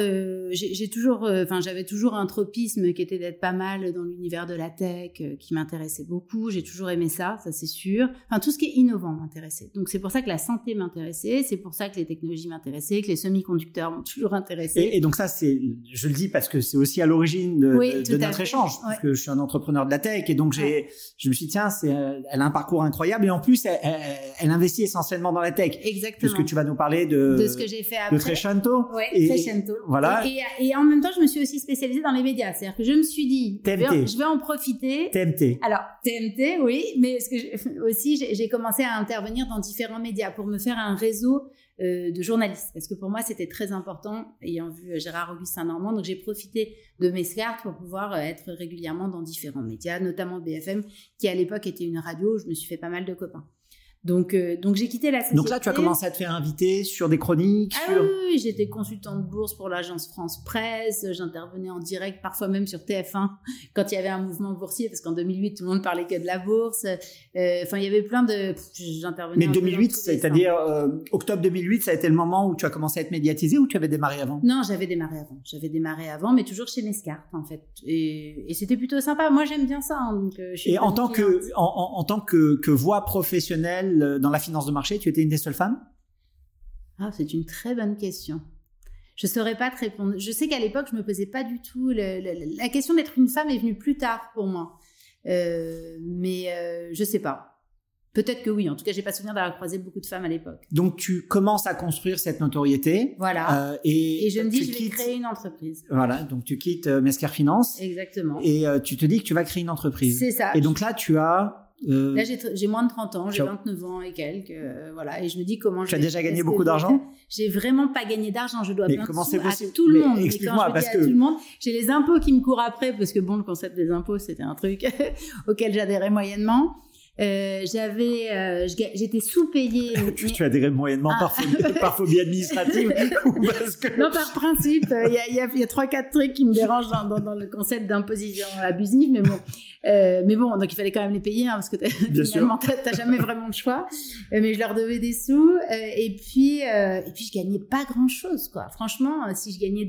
j'avais toujours un tropisme qui était d'être pas mal dans l'univers de la tech, qui m'intéressait beaucoup. J'ai toujours aimé ça c'est sûr. Enfin, tout ce qui est innovant m'intéressait. Donc, c'est pour ça que la santé m'intéressait. C'est pour ça que les technologies m'intéressaient, que les semi-conducteurs m'ont toujours intéressé. Et donc ça, je le dis parce que c'est aussi à l'origine de notre échange. Parce que je suis un entrepreneur de la tech et donc je me suis dit, tiens, elle a un parcours incroyable et en plus, elle investit essentiellement dans la tech. Exactement. Puisque tu vas nous parler de ce que j'ai fait après. De Trecento. Oui, Trecento. Voilà. Et en même temps, je me suis aussi spécialisée dans les médias. C'est-à-dire que je me suis dit, je vais en profiter. TMT. Alors, TMT, oui, mais aussi, j'ai commencé à intervenir dans différents médias pour me faire un réseau de journalistes. Parce que pour moi, c'était très important, ayant vu Gérard Augustin Normand. Donc, j'ai profité de mes cartes pour pouvoir être régulièrement dans différents médias, notamment BFM, qui à l'époque était une radio où je me suis fait pas mal de copains. Donc j'ai quitté la société. Donc là, tu as commencé à te faire inviter sur des chroniques. Oui, j'étais consultante bourse pour l'agence France Presse. J'intervenais en direct, parfois même sur TF1, quand il y avait un mouvement boursier, parce qu'en 2008, tout le monde parlait que de la bourse. Enfin, il y avait plein de... J'intervenais. Mais 2008, c'est-à-dire octobre 2008, ça a été le moment où tu as commencé à être médiatisé ou tu avais démarré avant? Non, j'avais démarré avant, mais toujours chez Mescart, en fait. Et c'était plutôt sympa. Moi, j'aime bien ça. Hein, donc, et en tant que voix professionnelle, dans la finance de marché, tu étais une des seules femmes? C'est une très bonne question. Je saurais pas te répondre. Je sais qu'à l'époque, je me posais pas du tout la question d'être une femme est venue plus tard pour moi. Mais je sais pas. Peut-être que oui. En tout cas, j'ai pas souvenir d'avoir croisé beaucoup de femmes à l'époque. Donc, tu commences à construire cette notoriété. Voilà. Et je me dis, je vais créer une entreprise. Voilà. Donc, tu quittes Mescart Finance. Exactement. Et tu te dis que tu vas créer une entreprise. C'est ça. Et donc là, tu as... Là, j'ai moins de 30 ans, j'ai 29 ans et quelques, voilà. Et je me dis comment tu as déjà gagné beaucoup d'argent? J'ai vraiment pas gagné d'argent, je dois plein de sous à tout le monde. Explique-moi, parce que... tout le monde, j'ai les impôts qui me courent après, parce que bon, le concept des impôts, c'était un truc auquel j'adhérais moyennement. J'étais sous-payée. Tu adhérais moyennement par phobie administrative ou parce que... Non, par principe. Il y a 3-4 trucs qui me dérangent dans le concept d'imposition abusive, mais bon, donc il fallait quand même les payer, hein, parce que finalement, t'as jamais vraiment le choix. Mais je leur devais des sous. Et puis je gagnais pas grand-chose, quoi. Franchement, si je gagnais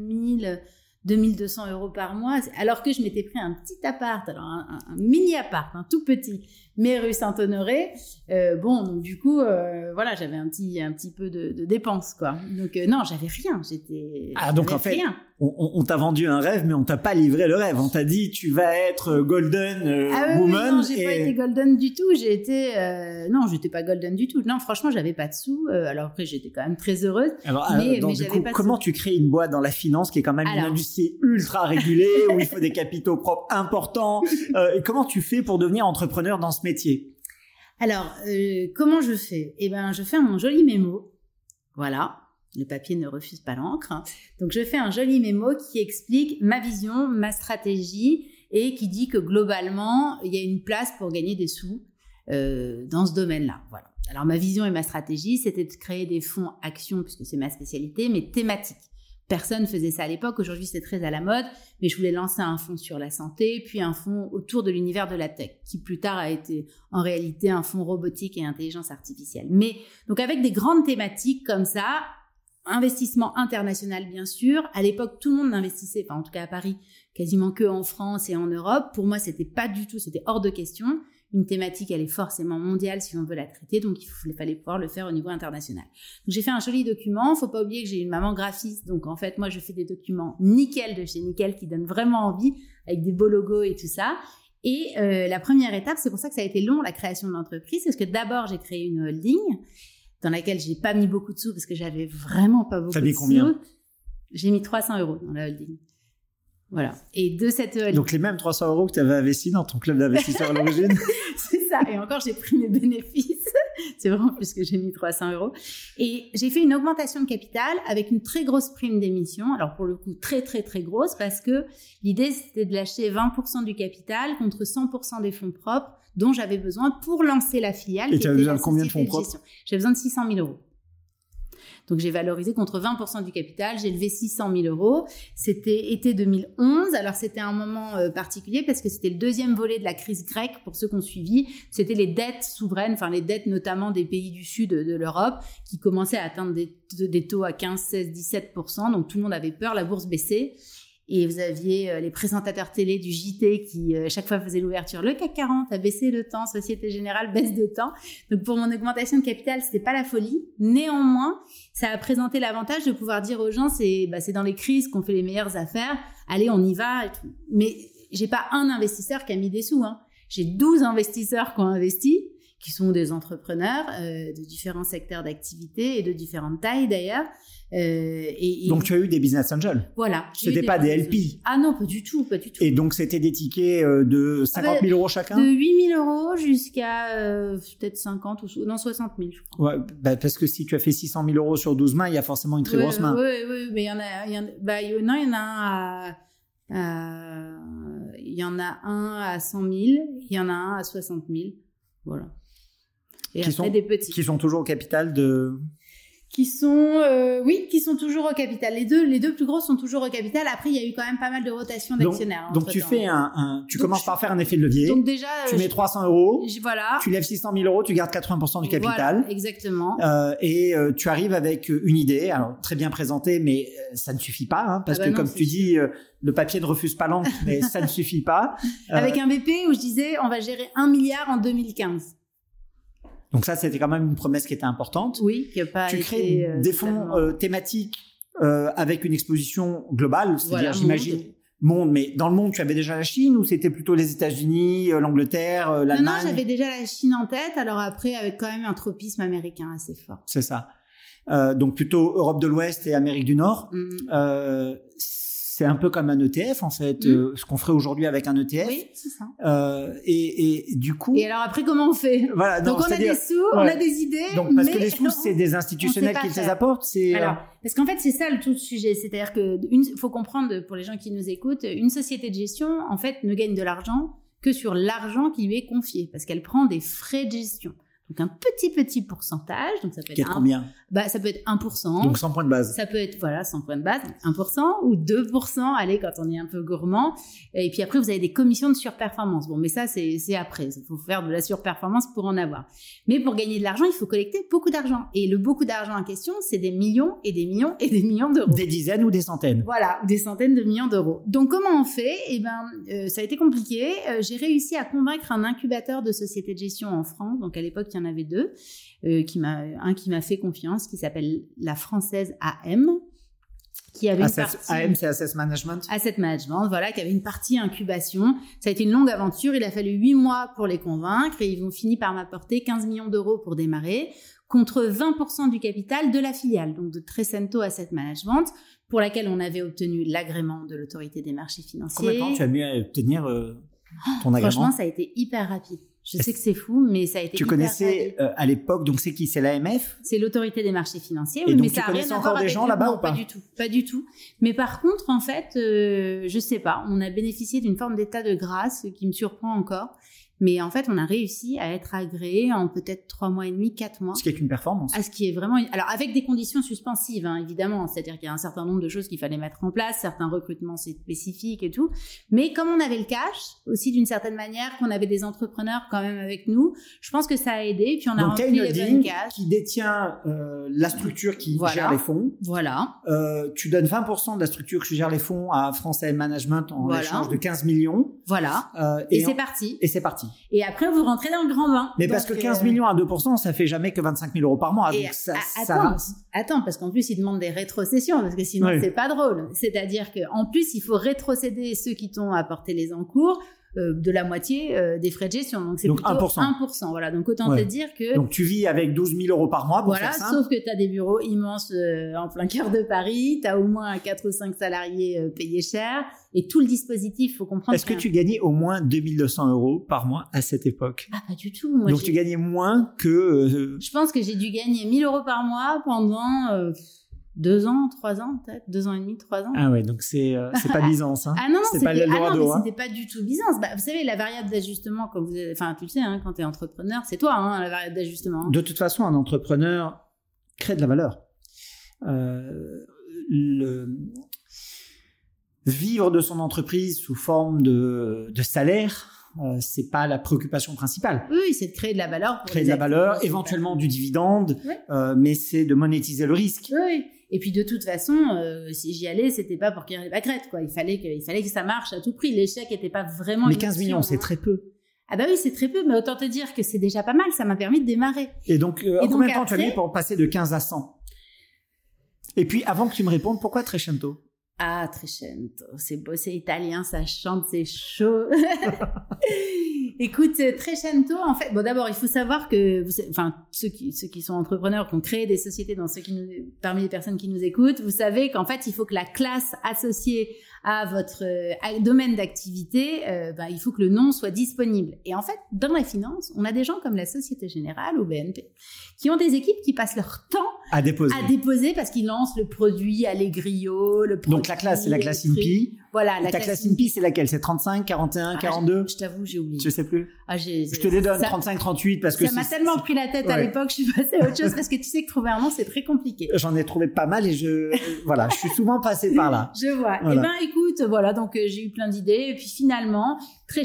2200 € par mois, alors que je m'étais pris un petit appart, alors un mini appart, un tout petit, mais rue Saint-Honoré. Donc du coup, voilà, j'avais un petit peu de dépenses, quoi. Donc non, j'avais rien. Donc en fait, on t'a vendu un rêve, mais on t'a pas livré le rêve. On t'a dit, tu vas être golden woman. Non, j'ai pas été golden du tout. Non, j'étais pas golden du tout. Non, franchement, j'avais pas de sous. Alors après, j'étais quand même très heureuse. Mais j'avais pas de comment sous. Tu crées une boîte dans la finance qui est quand même une industrie ultra régulée où il faut des capitaux propres importants. Et comment tu fais pour devenir entrepreneur dans ce métier? Alors, comment je fais? Je fais un joli mémo. Voilà. Le papier ne refuse pas l'encre. Donc, je fais un joli mémo qui explique ma vision, ma stratégie et qui dit que globalement, il y a une place pour gagner des sous dans ce domaine-là. Voilà. Alors, ma vision et ma stratégie, c'était de créer des fonds actions, puisque c'est ma spécialité, mais thématiques. Personne faisait ça à l'époque. Aujourd'hui, c'est très à la mode. Mais je voulais lancer un fonds sur la santé, puis un fonds autour de l'univers de la tech, qui plus tard a été en réalité un fonds robotique et intelligence artificielle. Mais donc avec des grandes thématiques comme ça, investissement international bien sûr. À l'époque, tout le monde investissait, enfin en tout cas à Paris, quasiment que en France et en Europe. Pour moi, c'était hors de question. Une thématique, elle est forcément mondiale si on veut la traiter, donc il fallait pouvoir le faire au niveau international. Donc j'ai fait un joli document. Faut pas oublier que j'ai une maman graphiste, donc en fait moi je fais des documents nickel de chez Nickel qui donnent vraiment envie, avec des beaux logos et tout ça. Et la première étape, c'est pour ça que ça a été long la création de l'entreprise, parce que d'abord j'ai créé une holding dans laquelle j'ai pas mis beaucoup de sous parce que j'avais vraiment pas beaucoup de sous. T'as mis combien ? J'ai mis 300 € dans la holding. Voilà. Et de cette holding. Donc les mêmes 300 € que tu avais investis dans ton club d'investisseurs à l'origine. C'est ça. Et encore, j'ai pris mes bénéfices. C'est vraiment plus que j'ai mis 300 €. Et j'ai fait une augmentation de capital avec une très grosse prime d'émission. Alors pour le coup, très très très grosse, parce que l'idée c'était de lâcher 20% du capital contre 100% des fonds propres dont j'avais besoin pour lancer la filiale. Et tu avais besoin de combien de fonds propres ? J'avais besoin de 600 000 €. Donc, j'ai valorisé contre 20% du capital. J'ai levé 600 000 €. C'était été 2011. Alors, c'était un moment particulier parce que c'était le deuxième volet de la crise grecque pour ceux qui ont suivi. C'était les dettes souveraines, enfin les dettes notamment des pays du sud de l'Europe qui commençaient à atteindre des taux à 15, 16, 17%. Donc, tout le monde avait peur, la bourse baissait. Et vous aviez les présentateurs télé du JT qui, chaque fois, faisaient l'ouverture. Le CAC 40 a baissé de temps, Société Générale baisse de temps. Donc, pour mon augmentation de capital, c'était pas la folie. Néanmoins, ça a présenté l'avantage de pouvoir dire aux gens, c'est dans les crises qu'on fait les meilleures affaires. Allez, on y va et tout. Mais j'ai pas un investisseur qui a mis des sous, hein. J'ai 12 investisseurs qui ont investi, qui sont des entrepreneurs de différents secteurs d'activité et de différentes tailles d'ailleurs. Donc tu as eu des business angels. Voilà. C'était pas des LP. Ah non, pas du tout. Et donc c'était des tickets de 50 000 € chacun. De 8 000 € jusqu'à peut-être 50 ou 60 000, je crois. Ouais, parce que si tu as fait 600 000 € sur 12 mains, il y a forcément une très grosse main. Oui, mais il y en a un à 100 000, il y en a un à 60 000, voilà. Et après des petits. Qui sont toujours au capital de... Qui sont toujours au capital. Les deux plus grosses sont toujours au capital. Après, il y a eu quand même pas mal de rotation d'actionnaires. Donc tu fais tu commences par faire un effet de levier. Donc déjà, tu mets 300 €. Voilà. Tu lèves 600 000 €, tu gardes 80% du capital. Voilà, exactement. Et tu arrives avec une idée, alors très bien présentée, mais ça ne suffit pas, hein, parce que non, comme tu dis, le papier ne refuse pas l'encre, mais ça ne suffit pas. Avec un BP où je disais, on va gérer 1 milliard en 2015. Donc ça, c'était quand même une promesse qui était importante. Oui, qui n'a pas été... Tu crées des fonds thématiques avec une exposition globale, c'est-à-dire, j'imagine, monde. Mais dans le monde, tu avais déjà la Chine ou c'était plutôt les États-Unis, l'Angleterre, l'Allemagne ? Non, j'avais déjà la Chine en tête. Alors après, avec quand même un tropisme américain assez fort. C'est ça. Donc plutôt Europe de l'Ouest et Amérique du Nord. C'est un peu comme un ETF en fait, ce qu'on ferait aujourd'hui avec un ETF. Oui, c'est ça. Et du coup. Et alors après, comment on fait ? Voilà, donc on a des sous, on a des idées. Donc parce que les sous, c'est des institutionnels qui les apportent. Alors, parce qu'en fait, c'est ça tout le sujet. C'est-à-dire que faut comprendre pour les gens qui nous écoutent, une société de gestion en fait ne gagne de l'argent que sur l'argent qui lui est confié, parce qu'elle prend des frais de gestion. Donc un petit pourcentage, donc ça peut être combien ? Ça peut être 1%. Donc 100 points de base. Ça peut être 100 points de base, donc 1% ou 2%, allez, quand on est un peu gourmand. Et puis après vous avez des commissions de surperformance. Bon, mais ça c'est après, il faut faire de la surperformance pour en avoir. Mais pour gagner de l'argent, il faut collecter beaucoup d'argent. Et le beaucoup d'argent en question, c'est des millions et des millions et des millions d'euros. Des dizaines ou des centaines. Voilà, des centaines de millions d'euros. Donc comment on fait ? Ça a été compliqué. J'ai réussi à convaincre un incubateur de sociétés de gestion en France. Donc à l'époque, il y en avait deux. Qui m'a fait confiance, qui s'appelle la française AM, qui avait une partie... AM, c'est Asset Management. Asset Management, voilà, qui avait une partie incubation. Ça a été une longue aventure. Il a fallu 8 mois pour les convaincre et ils ont fini par m'apporter 15 millions d'euros pour démarrer, contre 20% du capital de la filiale, donc de Trecento Asset Management, pour laquelle on avait obtenu l'agrément de l'autorité des marchés financiers. Combien de temps tu as mis à obtenir ton agrément ? Franchement, ça a été hyper rapide. Je sais que c'est fou, mais ça a été. Tu connaissais à l'époque, donc c'est qui ? C'est l'AMF ? C'est l'autorité des marchés financiers. Et oui, donc mais tu ça connaissais encore des gens là-bas ou pas ? Pas du tout. Mais par contre, en fait, je sais pas. On a bénéficié d'une forme d'état de grâce qui me surprend encore. Mais en fait, on a réussi à être agréé en peut-être 3 mois et demi, 4 mois. Ce qui est une performance. Ce qui est vraiment... Alors, avec des conditions suspensives, hein, évidemment. C'est-à-dire qu'il y a un certain nombre de choses qu'il fallait mettre en place, certains recrutements spécifiques et tout. Mais comme on avait le cash, aussi d'une certaine manière, qu'on avait des entrepreneurs quand même avec nous, je pense que ça a aidé. Puis on a rempli les bonnes cases. Qui détient la structure qui gère les fonds. Voilà. Tu donnes 20% de la structure qui gère les fonds à France AM Management en échange de 15 millions. Voilà. Et c'est parti. Et c'est parti. Et après, vous rentrez dans le grand bain. Mais donc, parce que 15 millions à 2%, ça fait jamais que 25 000 euros par mois. Et donc attends, parce qu'en plus, ils demandent des rétrocessions, parce que sinon, c'est pas drôle. C'est-à-dire qu'en plus, il faut rétrocéder ceux qui t'ont apporté les encours de la moitié des frais de gestion. Donc, c'est plutôt 1%. Voilà. Donc, autant te dire que... Donc, tu vis avec 12 000 euros par mois pour faire ça. Sauf que tu as des bureaux immenses en plein cœur de Paris. Tu as au moins 4 ou 5 salariés payés cher. Et tout le dispositif, il faut comprendre... Est-ce que tu gagnais au moins 2 200 euros par mois à cette époque? Ah, pas du tout. Moi, donc, tu gagnais moins que... Je pense que j'ai dû gagner 1 000 euros par mois pendant... 2 ans, 3 ans, peut-être 2 ans et demi, 3 ans. Ah ouais, donc c'est pas Byzance, hein. Ah non, c'est pas l'Eldorado, c'était pas du tout Byzance. Bah, vous savez, la variable d'ajustement, quand vous, enfin, tu le sais, hein, quand t'es entrepreneur, c'est toi, hein, la variable d'ajustement. De toute façon, un entrepreneur crée de la valeur. Vivre de son entreprise sous forme de salaire, c'est pas la préoccupation principale. Oui, c'est de créer de la valeur. Créer de la valeur, éventuellement du dividende, mais c'est de monétiser le risque. Oui. Et puis de toute façon, si j'y allais, c'était pas pour qu'il y ait des pâquerettes, quoi. Il fallait que ça marche à tout prix. L'échec était pas vraiment. Mais 15 millions, c'est très peu. Ah bah oui, c'est très peu, mais autant te dire que c'est déjà pas mal. Ça m'a permis de démarrer. Et donc, combien de temps tu as mis pour passer de 15 à 100? Et puis, avant que tu me répondes, pourquoi Trecento? Ah, Trecento, c'est beau, c'est italien, ça chante, c'est chaud. Écoute, Trecento, en fait, bon, d'abord, il faut savoir que, enfin, ceux qui sont entrepreneurs, qui ont créé des sociétés, parmi les personnes qui nous écoutent, vous savez qu'en fait, il faut que la classe associée à votre domaine d'activité, il faut que le nom soit disponible. Et en fait, dans la finance, on a des gens comme la Société Générale ou BNP qui ont des équipes qui passent leur temps à déposer parce qu'ils lancent le produit Allegrio, le produit... Donc la classe, c'est la classe INPI. Voilà, la classe INPI, c'est laquelle? C'est 35, 41, 42? Je t'avoue, j'ai oublié. Je sais plus. Je te les donne, 35, 38, parce que... Ça m'a tellement pris la tête à l'époque, je suis passée à autre chose, parce que tu sais que trouver un nom, c'est très compliqué. J'en ai trouvé pas mal et je suis souvent passée par là. Je vois. Voilà. Écoute, voilà, donc j'ai eu plein d'idées, et puis finalement,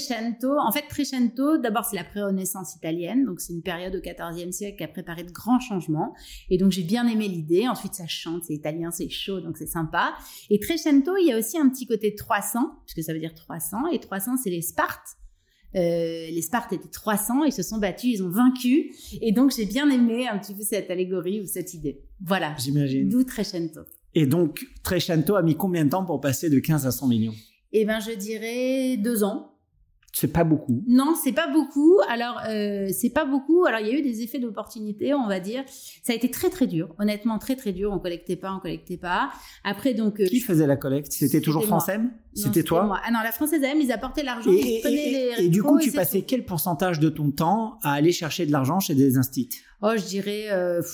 Trecento, d'abord, c'est la pré-Renaissance italienne, donc c'est une période au XIVe siècle qui a préparé de grands changements, et donc j'ai bien aimé l'idée. Ensuite, ça chante, c'est italien, c'est chaud, donc c'est sympa. Et Trecento, il y a aussi un petit côté 300, puisque ça veut dire 300, et 300, c'est les Spartes. Les Spartes étaient 300, ils se sont battus, ils ont vaincu, et donc j'ai bien aimé un petit peu cette allégorie ou cette idée. Voilà. J'imagine. D'où Trecento. Et donc, Trecento a mis combien de temps pour passer de 15 à 100 millions? Eh ben, je dirais 2 ans. C'est pas beaucoup. Non, c'est pas beaucoup. Alors, c'est pas beaucoup. Alors, il y a eu des effets d'opportunité, on va dire. Ça a été très, très dur. Honnêtement, très, très dur. On collectait pas. Après, donc... Qui faisait la collecte? C'était toujours France M? C'était toi? Moi. Ah non, la Française M, ils apportaient l'argent, ils prenaient les rétros. Et du coup, tu passais quel pourcentage de ton temps à aller chercher de l'argent chez des instituts? Oh, je dirais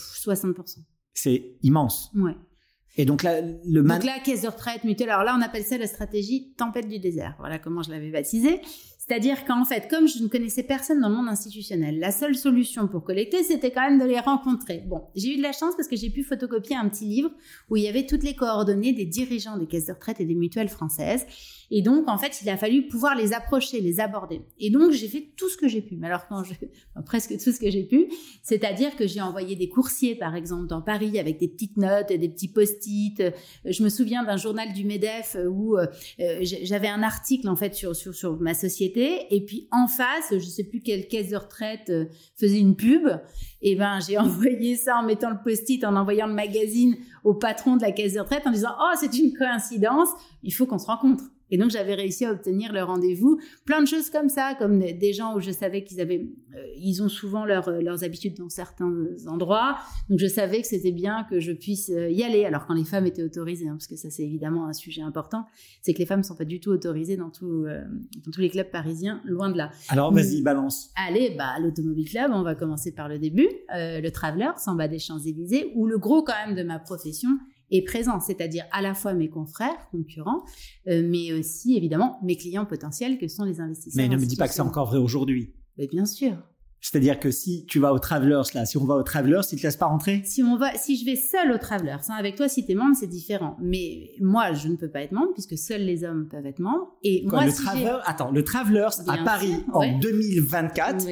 60%. C'est immense. Ouais. Et donc là, donc la caisse de retraite mutuelle, alors là, on appelle ça la stratégie tempête du désert. Voilà comment je l'avais baptisée. C'est-à-dire qu'en fait, comme je ne connaissais personne dans le monde institutionnel, la seule solution pour collecter, c'était quand même de les rencontrer. Bon, j'ai eu de la chance parce que j'ai pu photocopier un petit livre où il y avait toutes les coordonnées des dirigeants des caisses de retraite et des mutuelles françaises. Et donc, en fait, il a fallu pouvoir les approcher, les aborder. Et donc, j'ai fait tout ce que j'ai pu. Mais alors, presque tout ce que j'ai pu, c'est-à-dire que j'ai envoyé des coursiers, par exemple, dans Paris, avec des petites notes et des petits post-it. Je me souviens d'un journal du MEDEF où j'avais un article, en fait, sur ma société. Et puis, en face, je sais plus quelle caisse de retraite faisait une pub. Et ben, j'ai envoyé ça en mettant le post-it, en envoyant le magazine au patron de la caisse de retraite en disant « Oh, c'est une coïncidence, il faut qu'on se rencontre ». Et donc, j'avais réussi à obtenir le rendez-vous. Plein de choses comme ça, comme des gens où je savais ils ont souvent leurs habitudes dans certains endroits. Donc, je savais que c'était bien que je puisse y aller. Alors, quand les femmes étaient autorisées, hein, parce que ça, c'est évidemment un sujet important, c'est que les femmes ne sont pas du tout autorisées dans tous les clubs parisiens, loin de là. Alors, vas-y, balance. Allez, l'Automobile Club, on va commencer par le début. Le Traveller, en bas des Champs-Élysées, où le gros, quand même, de ma profession est présent, c'est-à-dire à la fois mes confrères, concurrents, mais aussi, évidemment, mes clients potentiels que sont les investisseurs. Mais ne me dis pas que c'est encore vrai aujourd'hui. Mais bien sûr. C'est-à-dire que si tu vas au Travelers, là, si on va au Travelers, ils te laissent pas rentrer? Si je vais seule au Travelers, avec toi, si t'es membre, c'est différent. Mais moi, je ne peux pas être membre puisque seuls les hommes peuvent être membres. Et moi, le Travelers à Paris en 2024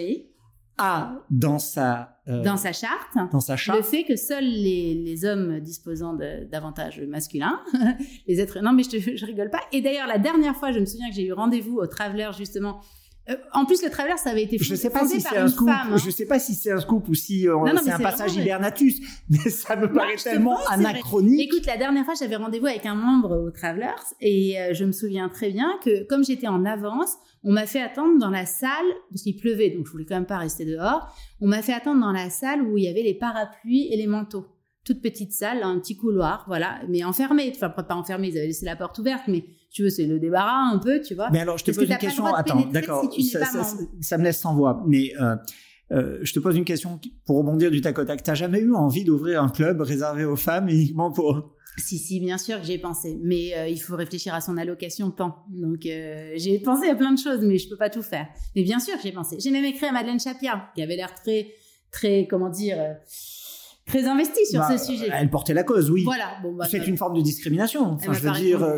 a dans sa charte, le fait que seuls les hommes disposant d'avantages masculins, les êtres. Non, mais je rigole pas. Et d'ailleurs, la dernière fois, je me souviens que j'ai eu rendez-vous au Travelers justement. En plus, le Travelers, ça avait été fondé par une femme. Je sais pas si c'est un scoop ou si c'est un passage hibernatus, mais ça me paraît tellement anachronique. Écoute, la dernière fois, j'avais rendez-vous avec un membre au Travelers et je me souviens très bien que comme j'étais en avance, on m'a fait attendre dans la salle, parce qu'il pleuvait, donc je voulais quand même pas rester dehors. On m'a fait attendre dans la salle où il y avait les parapluies et les manteaux. Toute petite salle, un petit couloir, voilà, mais enfermé. Enfin, pas enfermé, ils avaient laissé la porte ouverte, mais tu veux, c'est le débarras un peu, tu vois. Mais alors, je te pose une question. Attends, d'accord, ça me laisse sans voix. Mais je te pose une question pour rebondir du tac au tac. T'as jamais eu envie d'ouvrir un club réservé aux femmes uniquement pour... Si, bien sûr que j'ai pensé. Mais il faut réfléchir à son allocation PAN. Donc, j'ai pensé à plein de choses, mais je peux pas tout faire. Mais bien sûr que j'ai pensé. J'ai même écrit à Madeleine Chapia, qui avait l'air très, comment dire... très investie sur ce sujet. Elle portait la cause, oui. Voilà. C'est une forme de discrimination. Enfin, je veux dire,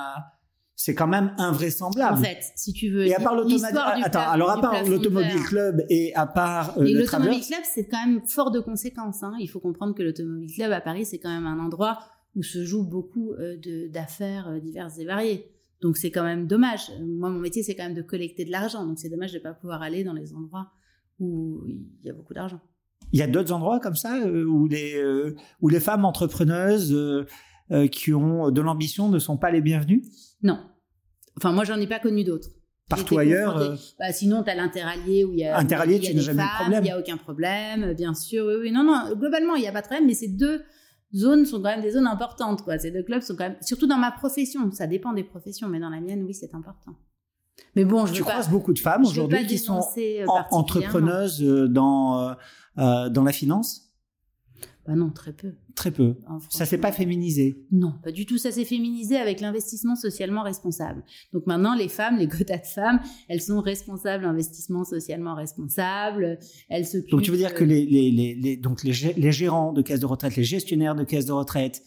c'est quand même invraisemblable. En fait, si tu veux. Et à part l'automobile club et à part l'automobile club, c'est quand même fort de conséquences. Il faut comprendre que l'automobile club à Paris, c'est quand même un endroit où se jouent beaucoup d'affaires diverses et variées. Donc c'est quand même dommage. Moi, mon métier, c'est quand même de collecter de l'argent. Donc c'est dommage de ne pas pouvoir aller dans les endroits où il y a beaucoup d'argent. Il y a d'autres endroits comme ça où les femmes entrepreneuses qui ont de l'ambition ne sont pas les bienvenues? Non. Enfin, moi, j'en ai pas connu d'autres. Partout ailleurs sinon, tu as l'Interallié où il y a Interallié, tu n'as jamais eu de problème. Il n'y a aucun problème, bien sûr. Oui. Non, globalement, il n'y a pas de problème, mais ces deux zones sont quand même des zones importantes, quoi. Ces deux clubs sont quand même, surtout dans ma profession, ça dépend des professions, mais dans la mienne, oui, c'est important. Mais bon, tu croises beaucoup de femmes aujourd'hui qui sont entrepreneuses dans la finance? Non, très peu. Très peu. Ça s'est pas féminisé? Non, pas du tout. Ça s'est féminisé avec l'investissement socialement responsable. Donc maintenant, les femmes, les quotas de femmes, elles sont responsables d'investissement socialement responsable. Elles s'occupent. Donc tu veux dire que les gérants de caisses de retraite, les gestionnaires de caisses de retraite,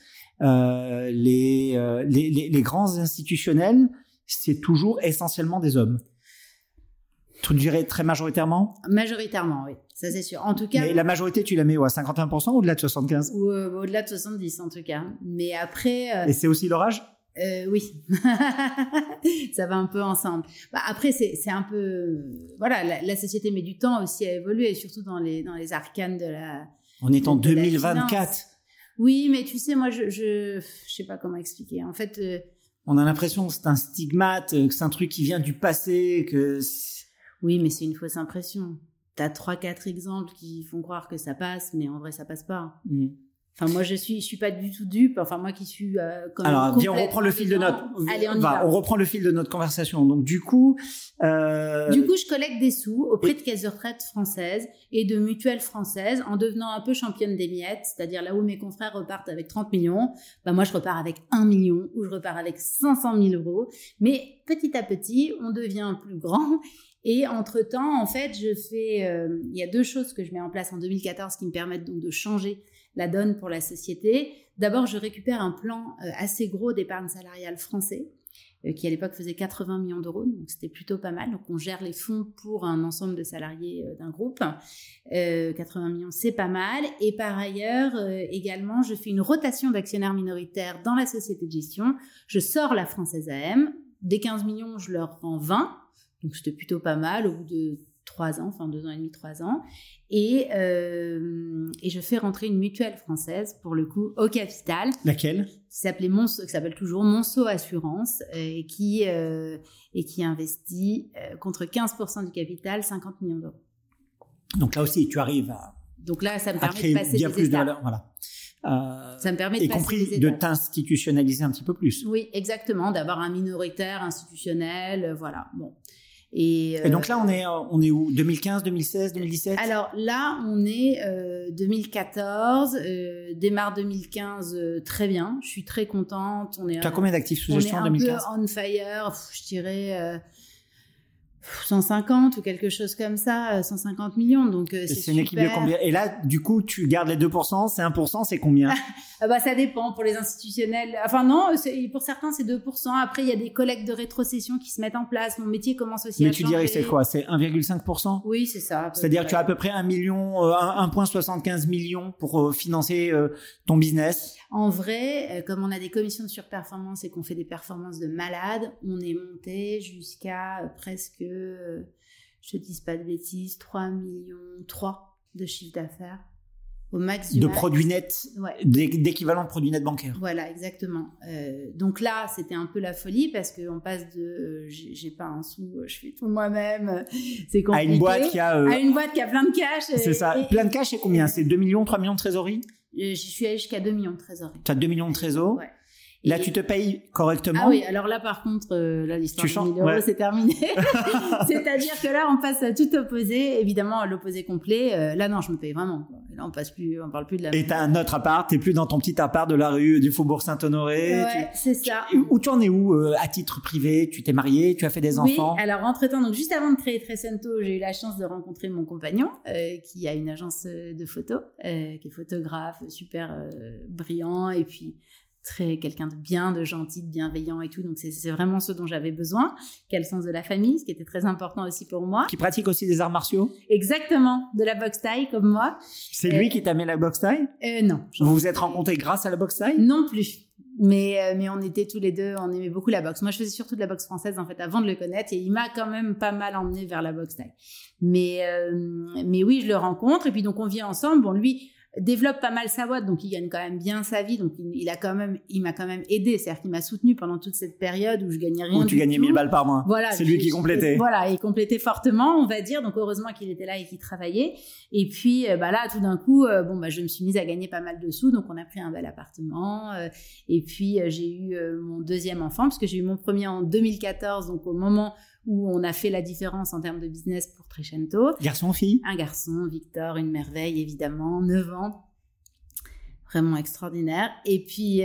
les grands institutionnels, c'est toujours essentiellement des hommes? Tu dirais très majoritairement? Majoritairement, oui. Ça, c'est sûr. En tout cas. Mais la majorité, tu la mets à 51% ou au-delà de 75%? Au-delà de 70, en tout cas. Mais après. Et c'est aussi l'orage? Oui. Ça va un peu ensemble. Après, c'est un peu. Voilà, la société met du temps aussi à évoluer, surtout dans les arcanes de la. On est en 2024. Oui, mais tu sais, moi, je sais pas comment expliquer. En fait. On a l'impression que c'est un stigmate, que c'est un truc qui vient du passé, que. Oui, mais c'est une fausse impression. T'as 3-4 exemples qui font croire que ça passe, mais en vrai, ça passe pas. Enfin, moi, je suis pas du tout dupe. Enfin, moi qui suis Alors, viens, on reprend le fil de notre. Allez, on reprend le fil de notre conversation. Donc, du coup, je collecte des sous auprès de caisses de retraite françaises et de mutuelles françaises en devenant un peu championne des miettes. C'est-à-dire là où mes confrères repartent avec 30 millions, moi, je repars avec 1 million ou je repars avec 500 000 euros. Mais petit à petit, on devient plus grand. Et entre-temps, en fait, il y a deux choses que je mets en place en 2014 qui me permettent donc de changer la donne pour la société. D'abord, je récupère un plan assez gros d'épargne salariale français qui à l'époque faisait 80 millions d'euros, donc c'était plutôt pas mal. Donc on gère les fonds pour un ensemble de salariés d'un groupe. 80 millions, c'est pas mal. Et par ailleurs, également, je fais une rotation d'actionnaires minoritaires dans la société de gestion. Je sors la Française AM. Des 15 millions, je leur rends 20. Donc, c'était plutôt pas mal au bout de 3 ans, enfin 2 ans et demi, 3 ans. Et je fais rentrer une mutuelle française, pour le coup, au capital. Laquelle? Qui s'appelle toujours Monceau Assurance et qui investit contre 15% du capital, 50 millions d'euros. Donc là aussi, tu arrives à. Donc là, ça me permet de passer bien des plus étapes. De valeur, voilà. Ça me permet de passer compris des étapes. De t'institutionnaliser un petit peu plus. Oui, exactement, d'avoir un minoritaire institutionnel, voilà. Bon. Et donc là, on est où? 2015, 2016, 2017? Alors là, on est 2014, démarre 2015 très bien. Je suis très contente. Tu as combien d'actifs sous gestion en 2015? On est un peu on fire, je dirais 150 ou quelque chose comme ça, 150 millions. Donc, c'est une équipe de combien? Et là, du coup, tu gardes les 2%, c'est 1%, c'est combien? Ça dépend pour les institutionnels. Enfin, non, pour certains, c'est 2%. Après, il y a des collectes de rétrocession qui se mettent en place. Mon métier commence aussi à changer. Mais tu dirais que c'est quoi? C'est 1,5%? Oui, c'est ça. C'est-à-dire que tu as à peu près 1,75 million pour financer ton business. En vrai, comme on a des commissions de surperformance et qu'on fait des performances de malade, on est monté jusqu'à presque, je te dis pas de bêtises, 3 millions de chiffre d'affaires au max du de max. Produits nets, ouais. D'équivalent de produits nets bancaires. Voilà, exactement. Donc là, c'était un peu la folie parce qu'on passe de j'ai pas un sou, je fais tout moi-même, c'est compliqué. À une boîte qui a plein de cash. C'est ça. Plein de cash, c'est combien? C'est 2 millions, 3 millions de trésorerie? Je suis allée jusqu'à 2 millions de trésorerie. Tu as 2 millions de trésor? Ouais. Là, tu te payes correctement? Ah oui, alors là, par contre, l'histoire de 1 000 euros, c'est terminé. C'est-à-dire que là, on passe à tout opposé. Évidemment, à l'opposé complet. Là, non, je me paye vraiment, quoi. Et là, on parle plus de la... Et t'as un autre appart, t'es plus dans ton petit appart de la rue du Faubourg Saint-Honoré. Ouais, c'est ça. Où tu en es où, à titre privé? Tu t'es marié, tu as fait des enfants? Oui, alors entre-temps, donc juste avant de créer Trecento, j'ai eu la chance de rencontrer mon compagnon, qui a une agence de photos, qui est photographe, super brillant, et puis... quelqu'un de bien, de gentil, de bienveillant et tout. Donc, c'est vraiment ce dont j'avais besoin. Quel sens de la famille, ce qui était très important aussi pour moi. Qui pratique aussi des arts martiaux? Exactement, de la boxe thaï comme moi. C'est lui qui t'a mis la boxe thaï? Non. Vous vous êtes rencontrés grâce à la boxe thaï? Non plus. Mais on était tous les deux, on aimait beaucoup la boxe. Moi, je faisais surtout de la boxe française, en fait, avant de le connaître. Et il m'a quand même pas mal emmené vers la boxe thaï. Mais oui, je le rencontre. Et puis, donc, on vit ensemble. Bon, lui... développe pas mal sa boîte, donc il gagne quand même bien sa vie, donc il m'a quand même aidé, c'est-à-dire qu'il m'a soutenu pendant toute cette période où je gagnais rien. Où tu gagnais 1000 balles par mois. Voilà. C'est lui qui complétait. Voilà, il complétait fortement, on va dire, donc heureusement qu'il était là et qu'il travaillait. Et puis, là, tout d'un coup, je me suis mise à gagner pas mal de sous, donc on a pris un bel appartement, et puis j'ai eu mon deuxième enfant, parce que j'ai eu mon premier en 2014, donc au moment où on a fait la différence en termes de business pour Trecento. Garçon, fille? Un garçon, Victor, une merveille, évidemment, 9 ans. Vraiment extraordinaire. Et puis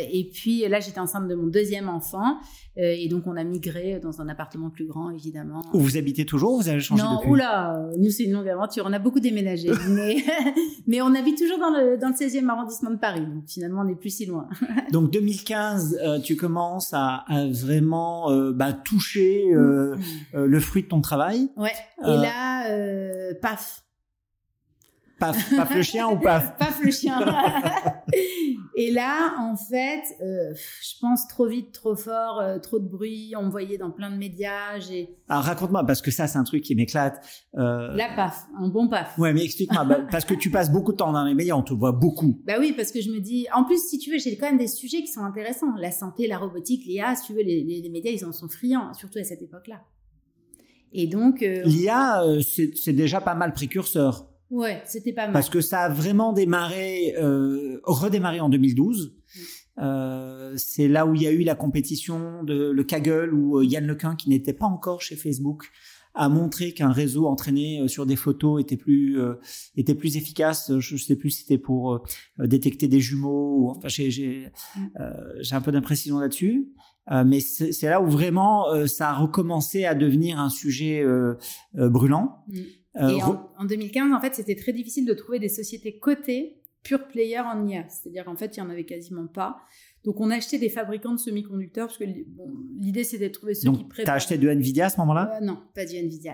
là, j'étais enceinte de mon deuxième enfant. Et donc, on a migré dans un appartement plus grand, évidemment. Où vous habitez toujours ou vous avez changé depuis? Non, oula, nous, c'est une longue aventure. On a beaucoup déménagé. mais on habite toujours dans le 16e arrondissement de Paris. Donc, finalement, on n'est plus si loin. Donc, 2015, tu commences à vraiment toucher le fruit de ton travail. Ouais. Et là, paf. Paf le chien ou paf? Paf le chien. Et là, en fait, je pense trop vite, trop fort, trop de bruit. On me voyait dans plein de médias. Alors, raconte-moi, parce que ça, c'est un truc qui m'éclate. La paf, un bon paf. Ouais, mais explique-moi, parce que tu passes beaucoup de temps dans les médias, on te voit beaucoup. Bah oui, parce que je me dis, en plus, si tu veux, j'ai quand même des sujets qui sont intéressants. La santé, la robotique, l'IA, si tu veux, les médias, ils en sont friands, surtout à cette époque-là. Et donc... L'IA, c'est déjà pas mal précurseur. Ouais, c'était pas mal. Parce que ça a vraiment redémarré en 2012. C'est là où il y a eu la compétition de le Kaggle, où Yann Lequin, qui n'était pas encore chez Facebook, a montré qu'un réseau entraîné sur des photos était plus efficace. Je sais plus si c'était pour détecter des jumeaux. Enfin, j'ai un peu d'imprécision là-dessus. Mais c'est là où vraiment ça a recommencé à devenir un sujet brûlant. Et en 2015, en fait, c'était très difficile de trouver des sociétés cotées pure player en IA. C'est-à-dire qu'en fait, il n'y en avait quasiment pas. Donc, on achetait des fabricants de semi-conducteurs parce que l'idée, c'était de trouver ceux qui préparent. Tu as acheté de NVIDIA à ce moment-là? Non, pas du NVIDIA.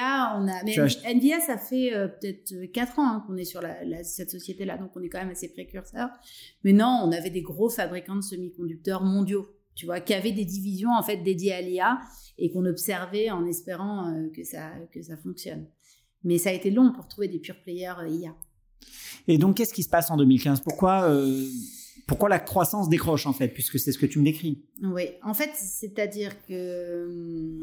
NVIDIA, ça fait peut-être 4 ans qu'on est sur cette société-là. Donc, on est quand même assez précurseurs. Mais non, on avait des gros fabricants de semi-conducteurs mondiaux, tu vois, qui avaient des divisions en fait dédiées à l'IA et qu'on observait en espérant que ça fonctionne. Mais ça a été long pour trouver des pure players IA. Et donc, qu'est-ce qui se passe en 2015 ? Pourquoi la croissance décroche, en fait, puisque c'est ce que tu me décris ? Oui, en fait, c'est-à-dire que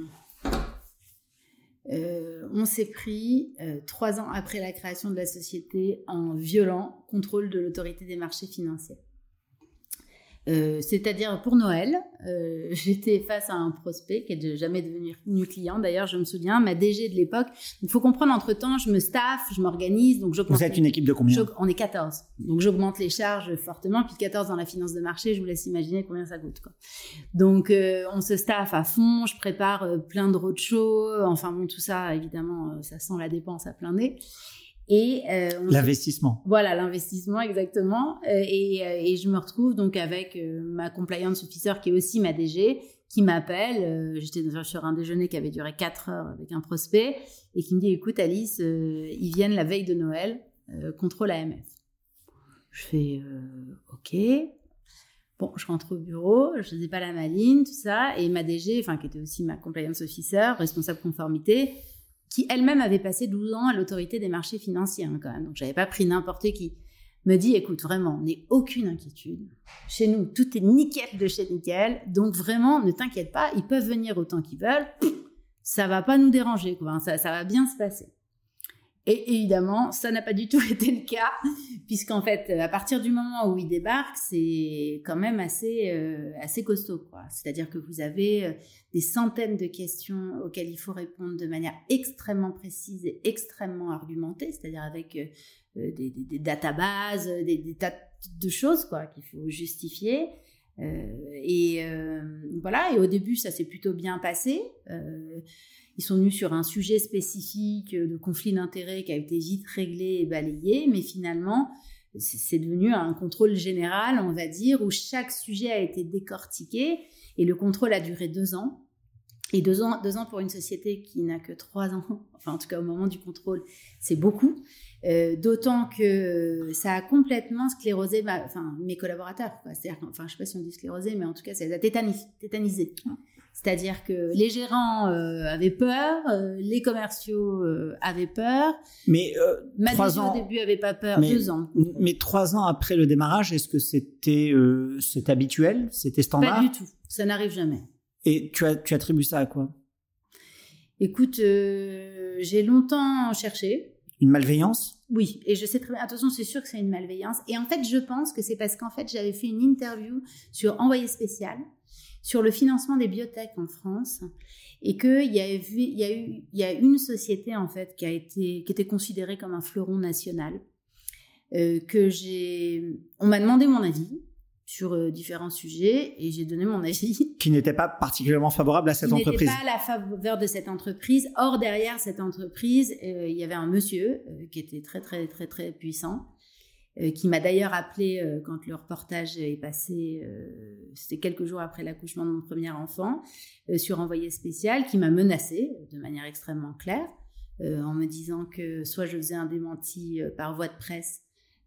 on s'est pris 3 ans après la création de la société en violent contrôle de l'autorité des marchés financiers. C'est-à-dire pour Noël, j'étais face à un prospect qui est jamais devenu client. D'ailleurs, je me souviens, ma DG de l'époque. Il faut comprendre, entre-temps, je me staffe, je m'organise. Donc vous êtes une équipe de combien? On est 14. Donc, j'augmente les charges fortement. Puis 14 dans la finance de marché, je vous laisse imaginer combien ça coûte, quoi. Donc, on se staffe à fond. Je prépare plein de roadshows. Enfin bon, tout ça, évidemment, ça sent la dépense à plein nez. Et l'investissement. Voilà, l'investissement, exactement. Et je me retrouve donc avec ma compliance officer qui est aussi ma DG, qui m'appelle. J'étais sur un déjeuner qui avait duré 4 heures avec un prospect et qui me dit, écoute Alice, ils viennent la veille de Noël, contrôle AMF. Je fais ok. Bon, je rentre au bureau, je faisais pas la maline, tout ça, et ma DG, enfin qui était aussi ma compliance officer, responsable conformité, qui elle-même avait passé 12 ans à l'autorité des marchés financiers, quand même. Donc, j'avais pas pris n'importe qui. Me dit, écoute, vraiment, n'aie aucune inquiétude. Chez nous, tout est nickel de chez nickel. Donc, vraiment, ne t'inquiète pas. Ils peuvent venir autant qu'ils veulent. Ça va pas nous déranger, quoi. Ça va bien se passer. Et évidemment, ça n'a pas du tout été le cas, puisqu'en fait, à partir du moment où ils débarquent, c'est quand même assez costaud, quoi. C'est-à-dire que vous avez des centaines de questions auxquelles il faut répondre de manière extrêmement précise et extrêmement argumentée, c'est-à-dire avec des databases, des tas de choses, quoi, qu'il faut justifier. Voilà. Et au début, ça s'est plutôt bien passé. Ils sont venus sur un sujet spécifique de conflit d'intérêts qui a été vite réglé et balayé, mais finalement, c'est devenu un contrôle général, on va dire, où chaque sujet a été décortiqué, et le contrôle a duré 2 ans. Et 2 ans pour une société qui n'a que 3 ans, enfin en tout cas au moment du contrôle, c'est beaucoup. D'autant que ça a complètement sclérosé mes collaborateurs, quoi. C'est-à-dire, je ne sais pas si on dit sclérosé, mais en tout cas, ça les a tétanisés. C'est-à-dire que les gérants avaient peur, les commerciaux avaient peur. Mais ma DG au début avait pas peur. 2 ans. Mais 3 ans après le démarrage, est-ce que c'était habituel, c'était standard? Pas du tout. Ça n'arrive jamais. Et tu attribues ça à quoi? Écoute, j'ai longtemps cherché. Une malveillance? Oui, et je sais très bien. Attention, c'est sûr que c'est une malveillance. Et en fait, je pense que c'est parce qu'en fait, j'avais fait une interview sur Envoyé spécial, sur le financement des biotech en France, et qu'il y a une société en fait qui était considérée comme un fleuron national. On m'a demandé mon avis sur différents sujets et j'ai donné mon avis. Qui n'était pas particulièrement favorable à cette entreprise. Qui n'était pas à la faveur de cette entreprise. Or, derrière cette entreprise, il y avait un monsieur qui était très, très, très, très puissant, qui m'a d'ailleurs appelé quand le reportage est passé, c'était quelques jours après l'accouchement de mon premier enfant, sur Envoyé spécial, qui m'a menacé de manière extrêmement claire, en me disant que soit je faisais un démenti par voie de presse,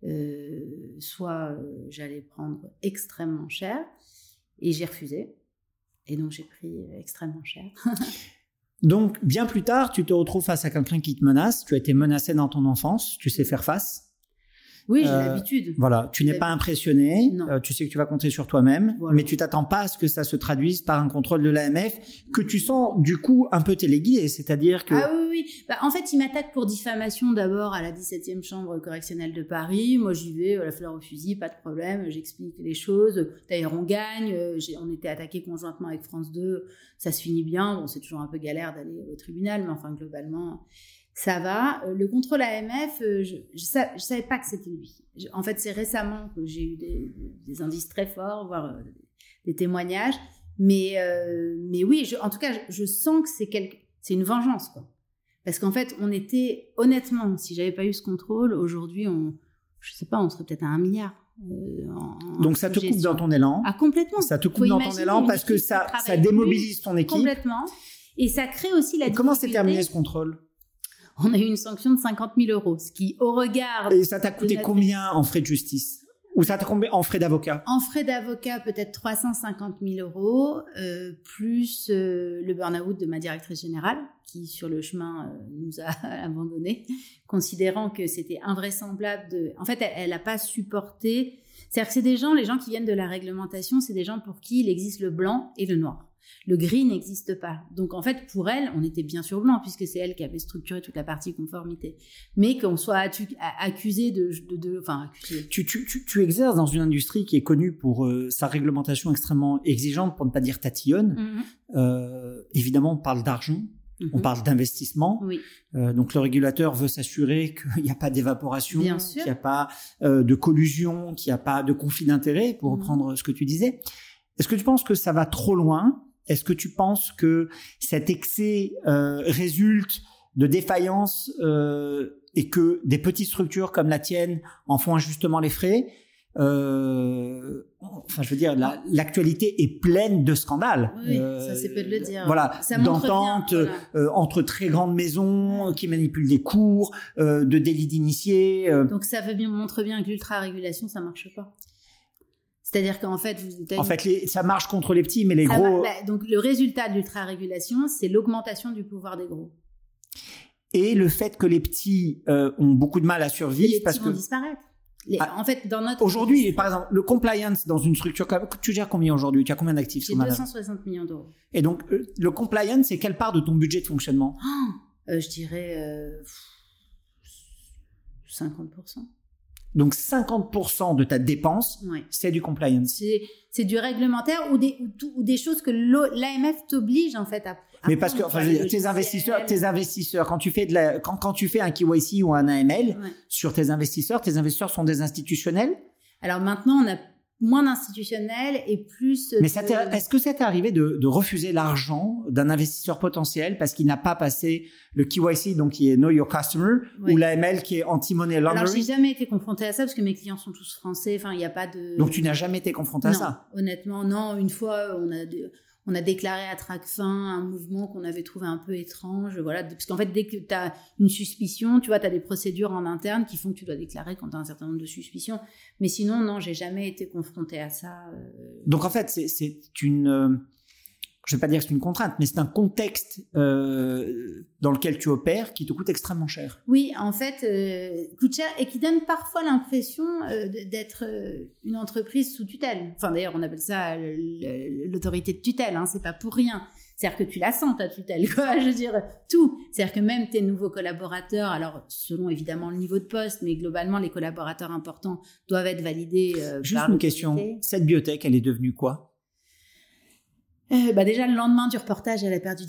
soit j'allais prendre extrêmement cher, et j'ai refusé, et donc j'ai pris extrêmement cher. Donc bien plus tard, tu te retrouves face à quelqu'un qui te menace, tu as été menacé dans ton enfance, tu sais faire face. Oui, j'ai l'habitude. Voilà, tu n'es pas impressionné, tu sais que tu vas compter sur toi-même, voilà. Mais tu t'attends pas à ce que ça se traduise par un contrôle de l'AMF que tu sens du coup un peu téléguidé, c'est-à-dire que... Ah oui. En fait, ils m'attaquent pour diffamation d'abord à la 17e chambre correctionnelle de Paris. Moi, j'y vais, la fleur au fusil, pas de problème, j'explique les choses. D'ailleurs, on gagne, on était attaqués conjointement avec France 2, ça se finit bien. Bon, c'est toujours un peu galère d'aller au tribunal, mais enfin, globalement... ça va. Le contrôle AMF, je savais pas que c'était lui. En fait, c'est récemment que j'ai eu des indices très forts, voire des témoignages. Mais oui, en tout cas, je sens que c'est une vengeance, quoi. Parce qu'en fait, on était, honnêtement, si j'avais pas eu ce contrôle, aujourd'hui, je sais pas, on serait peut-être à 1 milliard. Donc ça te coupe dans ton élan. Ah, complètement. Ça te coupe dans ton élan parce que ça démobilise ton équipe. Complètement. Et ça crée aussi la difficulté. Comment s'est terminé ce contrôle? On a eu une sanction de 50 000 €, ce qui, au regard... Et ça t'a coûté combien en frais de justice? Ou ça t'a combien en frais d'avocat? En frais d'avocat, peut-être 350 000 €, plus le burn-out de ma directrice générale, qui, sur le chemin, nous a abandonnés, considérant que c'était invraisemblable En fait, elle n'a pas supporté C'est-à-dire que les gens qui viennent de la réglementation, c'est des gens pour qui il existe le blanc et le noir. Le gris n'existe pas. Donc, en fait, pour elle, on était bien sûr blanc, puisque c'est elle qui avait structuré toute la partie conformité. Mais qu'on soit accusé accusé. Tu exerces dans une industrie qui est connue pour sa réglementation extrêmement exigeante, pour ne pas dire tatillonne. Évidemment, on parle d'argent. On parle d'investissement. Oui. Donc, le régulateur veut s'assurer qu'il n'y a pas d'évaporation, qu'il n'y a pas de collusion, qu'il n'y a pas de conflit d'intérêts, pour reprendre ce que tu disais. Est-ce que tu penses que ça va trop loin ? Est-ce que tu penses que cet excès résulte de défaillances et que des petites structures comme la tienne en font injustement les frais ? Enfin, je veux dire, l'actualité est pleine de scandales. Oui, ça c'est peu de le dire. Voilà, d'ententes entre très grandes maisons qui manipulent des cours, de délits d'initiés. Donc ça montre bien que l'ultra-régulation, ça marche pas. C'est-à-dire qu'en fait, ça marche contre les petits, mais les gros. Donc le résultat de l'ultra-régulation, c'est l'augmentation du pouvoir des gros. Et le fait que les petits ont beaucoup de mal à survivre, les petits vont disparaître. En fait, dans notre aujourd'hui, par exemple, le compliance dans une structure, tu gères combien aujourd'hui ? Tu as combien d'actifs ? J'ai 260 millions d'euros. Et donc, le compliance, c'est quelle part de ton budget de fonctionnement ? Je dirais 50%. Donc 50% de ta dépense, c'est du compliance. C'est du réglementaire ou des choses que l'AMF t'oblige en fait à. Mais parce que je veux dire, tes investisseurs, quand tu fais un KYC ou un AML sur tes investisseurs sont des institutionnels. Alors maintenant, on a moins d'institutionnels et plus. Mais est-ce que ça t'est arrivé de refuser l'argent d'un investisseur potentiel parce qu'il n'a pas passé le KYC, donc qui est Know Your Customer, ou l'AML qui est Anti-Money Laundering ? Alors j'ai jamais été confrontée à ça parce que mes clients sont tous français. Enfin, il n'y a pas de. Donc tu n'as jamais été confrontée à ça ? Honnêtement, non. Une fois, on a déclaré à Tracfin un mouvement qu'on avait trouvé un peu étrange, voilà, parce qu'en fait, dès que tu as une suspicion, tu vois, tu as des procédures en interne qui font que tu dois déclarer quand tu as un certain nombre de suspicions. Mais sinon, non, j'ai jamais été confrontée à ça. Donc, en fait, c'est une... je vais pas dire que c'est une contrainte, mais c'est un contexte dans lequel tu opères qui te coûte extrêmement cher. Oui, en fait, coûte cher et qui donne parfois l'impression d'être une entreprise sous tutelle. Enfin, d'ailleurs, on appelle ça l'autorité de tutelle, hein, c'est pas pour rien. C'est-à-dire que tu la sens, ta tutelle, quoi, je veux dire, tout. C'est-à-dire que même tes nouveaux collaborateurs, alors selon évidemment le niveau de poste, mais globalement, les collaborateurs importants doivent être validés Juste une question, cette biotech, elle est devenue quoi ? Déjà, le lendemain du reportage, elle a perdu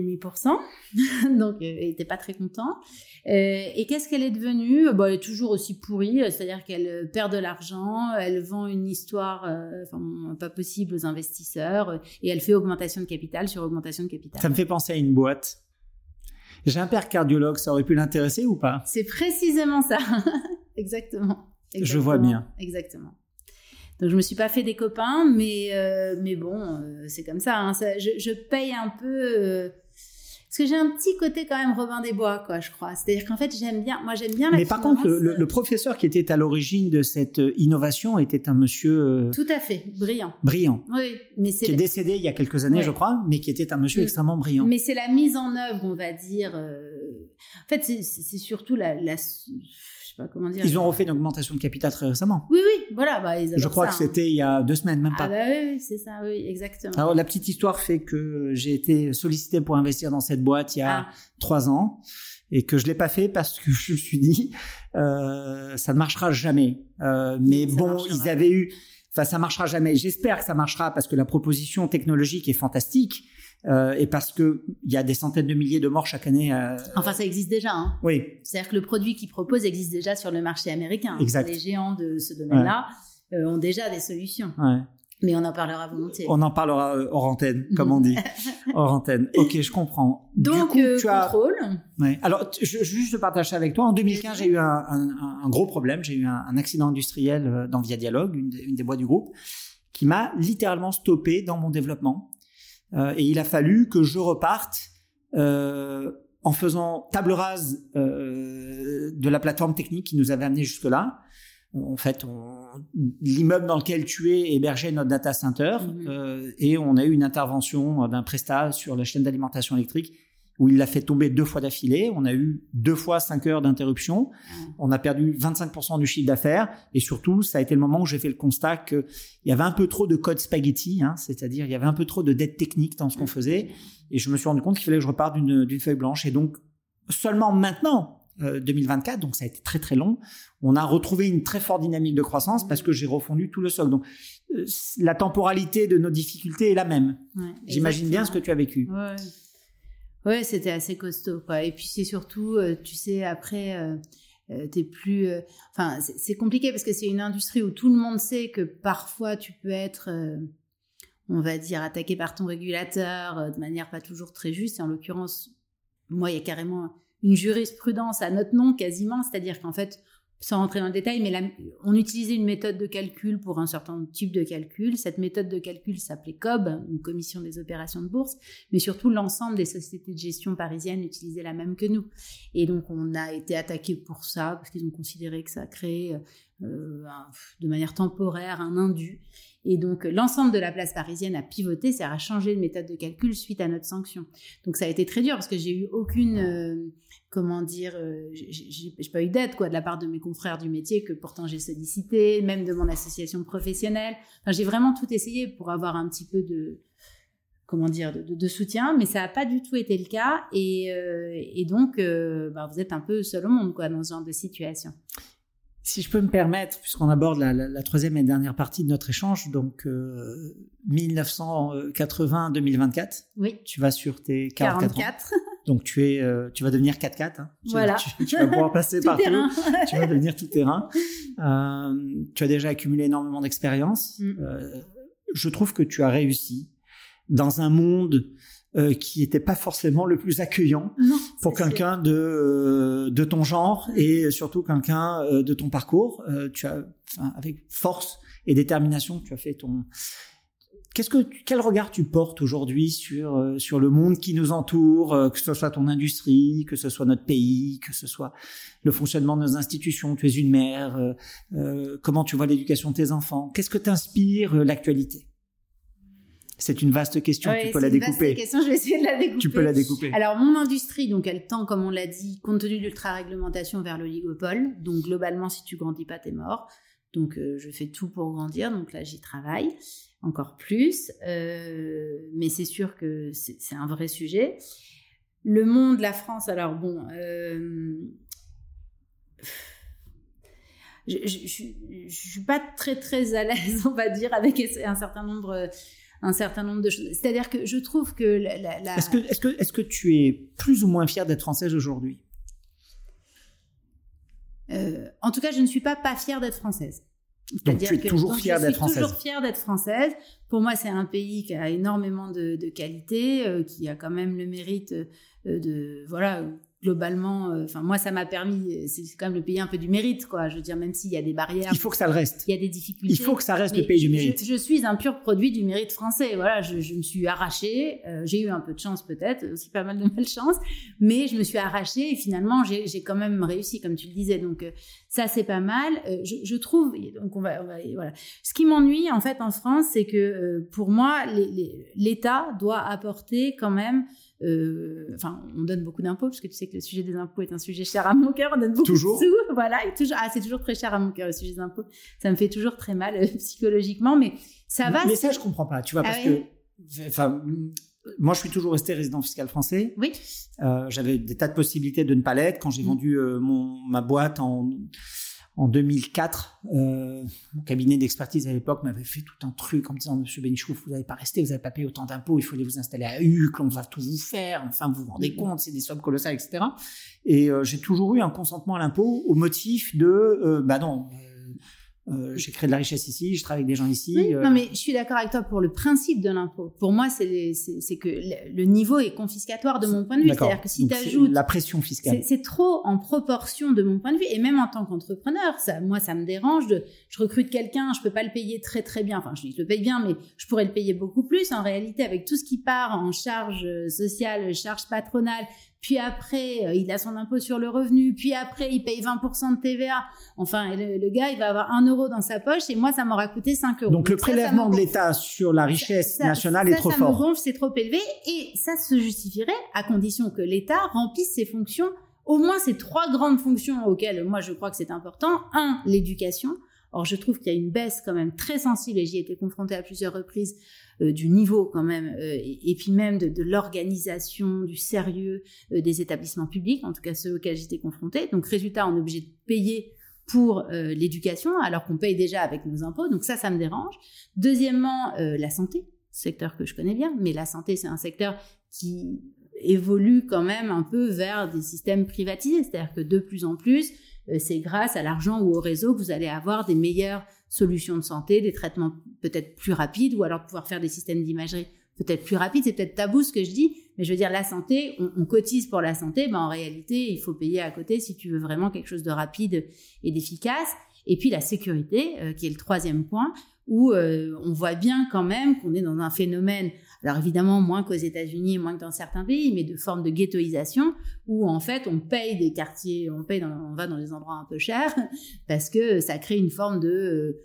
18,5%. Donc, elle n'était pas très content. Et qu'est-ce qu'elle est devenue ? Elle est toujours aussi pourrie. C'est-à-dire qu'elle perd de l'argent, elle vend une histoire pas possible aux investisseurs et elle fait augmentation de capital sur augmentation de capital. Ça me fait penser à une boîte. J'ai un père cardiologue, ça aurait pu l'intéresser ou pas ? C'est précisément ça. Exactement. Je vois bien. Exactement. Donc, je me suis pas fait des copains, mais bon, c'est comme ça, hein. Je paye un peu... parce que j'ai un petit côté quand même Robin des Bois, quoi, je crois. C'est-à-dire qu'en fait, j'aime bien la finance. Mais par contre, le professeur qui était à l'origine de cette innovation était un monsieur... Tout à fait, brillant. Brillant. Oui, mais qui est décédé il y a quelques années, je crois, mais qui était un monsieur extrêmement brillant. Mais c'est la mise en œuvre, on va dire... En fait, c'est surtout la pas comment dire. Ils ont refait une augmentation de capital très récemment. Oui, voilà. Je crois que c'était il y a 2 semaines, même pas. Oui, c'est ça, oui, exactement. Alors, la petite histoire fait que j'ai été sollicité pour investir dans cette boîte il y a 3 ans et que je l'ai pas fait parce que je me suis dit, ça ne marchera jamais. Mais bon, ils avaient eu... Enfin, ça marchera jamais. J'espère que ça marchera parce que la proposition technologique est fantastique. Et parce que il y a des centaines de milliers de morts chaque année. Enfin, ça existe déjà. Hein. Oui. C'est-à-dire que le produit qu'ils proposent existe déjà sur le marché américain. Exact. Les géants de ce domaine-là ont déjà des solutions. Ouais. Mais on en parlera volontiers. On en parlera hors antenne, comme on dit. Hors antenne. Ok, je comprends. Donc, du coup, contrôle. Ouais. Alors, juste te partager avec toi. En 2015, j'ai eu un gros problème. J'ai eu un accident industriel dans Via Dialogue, une des boîtes du groupe, qui m'a littéralement stoppé dans mon développement. Et il a fallu que je reparte en faisant table rase de la plateforme technique qui nous avait amené jusque-là. En fait, l'immeuble dans lequel tu es hébergeait notre data center et on a eu une intervention d'un prestat sur la chaîne d'alimentation électrique où il l'a fait tomber 2 fois d'affilée. On a eu 2 fois 5 heures d'interruption. On a perdu 25% du chiffre d'affaires. Et surtout, ça a été le moment où j'ai fait le constat qu'il y avait un peu trop de code spaghetti, c'est-à-dire il y avait un peu trop de dettes techniques dans ce qu'on faisait. Et je me suis rendu compte qu'il fallait que je reparte d'une feuille blanche. Et donc, seulement maintenant, 2024, donc ça a été très très long, on a retrouvé une très forte dynamique de croissance parce que j'ai refondu tout le socle. Donc, la temporalité de nos difficultés est la même. Ouais, j'imagine bien ce que tu as vécu. Ouais, c'était assez costaud, quoi. Et puis c'est surtout, tu sais, après, t'es plus... Enfin, c'est compliqué parce que c'est une industrie où tout le monde sait que parfois tu peux être, on va dire, attaqué par ton régulateur de manière pas toujours très juste. Et en l'occurrence, moi, il y a carrément une jurisprudence à notre nom quasiment, c'est-à-dire qu'en fait, sans rentrer dans le détail, mais on utilisait une méthode de calcul pour un certain type de calcul. Cette méthode de calcul s'appelait COB, une commission des opérations de bourse, mais surtout l'ensemble des sociétés de gestion parisiennes utilisaient la même que nous. Et donc, on a été attaqué pour ça, parce qu'ils ont considéré que ça créait de manière temporaire un indu. Et donc, l'ensemble de la place parisienne a pivoté, c'est-à-dire a changé de méthode de calcul suite à notre sanction. Donc, ça a été très dur parce que j'ai eu aucune, j'ai pas eu d'aide, quoi, de la part de mes confrères du métier que pourtant j'ai sollicité, même de mon association professionnelle. Enfin, j'ai vraiment tout essayé pour avoir un petit peu de soutien, mais ça n'a pas du tout été le cas. Et donc, vous êtes un peu seul au monde, quoi, dans ce genre de situation. Si je peux me permettre, puisqu'on aborde la troisième et dernière partie de notre échange, donc 1980-2024, oui. Tu vas sur tes 44 ans. Donc tu vas devenir 4x4. Voilà. Tu vas pouvoir passer partout. Terrain. Tu vas devenir tout terrain. Tu as déjà accumulé énormément d'expérience. Je trouve que tu as réussi dans un monde qui n'était pas forcément le plus accueillant pour quelqu'un de ton genre et surtout quelqu'un de ton parcours. Avec force et détermination, tu as fait ton... Quel regard tu portes aujourd'hui sur le monde qui nous entoure, que ce soit ton industrie, que ce soit notre pays, que ce soit le fonctionnement de nos institutions? Tu es une mère. Comment tu vois l'éducation de tes enfants? Qu'est-ce que t'inspire l'actualité? C'est une vaste question, tu peux la découper. C'est une vaste question, je vais essayer de la découper. Tu peux la découper. Alors, mon industrie, donc, elle tend, comme on l'a dit, compte tenu de l'ultra-réglementation, vers l'oligopole. Donc, globalement, si tu grandis pas, t'es mort. Donc, je fais tout pour grandir. Donc là, j'y travaille encore plus. Mais c'est sûr que c'est un vrai sujet. Le monde, la France, alors bon... Je suis pas très, très à l'aise, on va dire, avec un certain nombre de choses. C'est-à-dire que je trouve que Est-ce que tu es plus ou moins fière d'être française aujourd'hui? En tout cas, je ne suis pas fière d'être française. Donc, tu es toujours fière d'être française. Je suis toujours fière d'être française. Pour moi, c'est un pays qui a énormément de qualité, qui a quand même le mérite globalement, moi, ça m'a permis, c'est quand même le pays un peu du mérite, quoi. Je veux dire, même s'il y a des barrières. Il faut que ça le reste. Il y a des difficultés. Il faut que ça reste le pays du mérite. Je suis un pur produit du mérite français. Voilà, je me suis arrachée. J'ai eu un peu de chance, peut-être, aussi pas mal de malchance, mais je me suis arrachée et finalement, j'ai quand même réussi, comme tu le disais. Donc, ça, c'est pas mal. Je trouve, donc voilà. Ce qui m'ennuie, en fait, en France, c'est que, pour moi, l'État doit apporter quand même, on donne beaucoup d'impôts, parce que tu sais que le sujet des impôts est un sujet cher à mon cœur. On donne beaucoup de sous. Voilà, et c'est toujours très cher à mon cœur, le sujet des impôts. Ça me fait toujours très mal psychologiquement, mais ça va. Mais ça, je comprends pas, tu vois, parce que, moi, je suis toujours resté résident fiscal français. Oui. J'avais des tas de possibilités de ne pas l'être. Quand j'ai vendu ma boîte en 2004, mon cabinet d'expertise à l'époque m'avait fait tout un truc en me disant: Monsieur Benichouf, vous n'allez pas rester, vous n'avez pas payé autant d'impôts, il faut aller vous installer à Uccle, on va tout vous faire, enfin vous vous rendez compte, c'est des sommes colossales, etc. Et j'ai toujours eu un consentement à l'impôt au motif de j'ai créé de la richesse ici, je travaille avec des gens ici. Oui, non, mais je suis d'accord avec toi pour le principe de l'impôt. Pour moi, c'est que le niveau est confiscatoire de mon point de vue. C'est-à-dire que si tu ajoutes la pression fiscale, c'est trop en proportion de mon point de vue. Et même en tant qu'entrepreneur, moi, ça me dérange. Je recrute quelqu'un, je peux pas le payer très très bien. Enfin, je le paye bien, mais je pourrais le payer beaucoup plus. En réalité, avec tout ce qui part en charge sociale, charge patronale, puis après, il a son impôt sur le revenu, puis après, il paye 20% de TVA. Enfin, le gars, il va avoir 1 € dans sa poche et moi, ça m'aura coûté 5 €. Donc le prélèvement de l'État sur la richesse nationale est trop fort. Ça me gonfle, c'est trop élevé et ça se justifierait à condition que l'État remplisse ses fonctions, au moins ces 3 grandes fonctions auxquelles moi je crois que c'est important. 1, l'éducation. Or, je trouve qu'il y a une baisse quand même très sensible, et j'y ai été confrontée à plusieurs reprises, du niveau quand même, et puis même de l'organisation, du sérieux des établissements publics, en tout cas ceux auxquels j'étais confrontée. Donc, résultat, on est obligé de payer pour l'éducation, alors qu'on paye déjà avec nos impôts. Donc ça me dérange. Deuxièmement, la santé, secteur que je connais bien, mais la santé, c'est un secteur qui évolue quand même un peu vers des systèmes privatisés, c'est-à-dire que de plus en plus, c'est grâce à l'argent ou au réseau que vous allez avoir des meilleures solutions de santé, des traitements peut-être plus rapides, ou alors pouvoir faire des systèmes d'imagerie peut-être plus rapides. C'est peut-être tabou ce que je dis, mais je veux dire, la santé, on cotise pour la santé, en réalité, il faut payer à côté si tu veux vraiment quelque chose de rapide et d'efficace. Et puis la sécurité, qui est le 3e point, où on voit bien quand même qu'on est dans un phénomène, alors évidemment moins qu'aux États-Unis, moins que dans certains pays, mais de forme de ghettoisation, où en fait on paye des quartiers, on va dans des endroits un peu chers, parce que ça crée une forme de...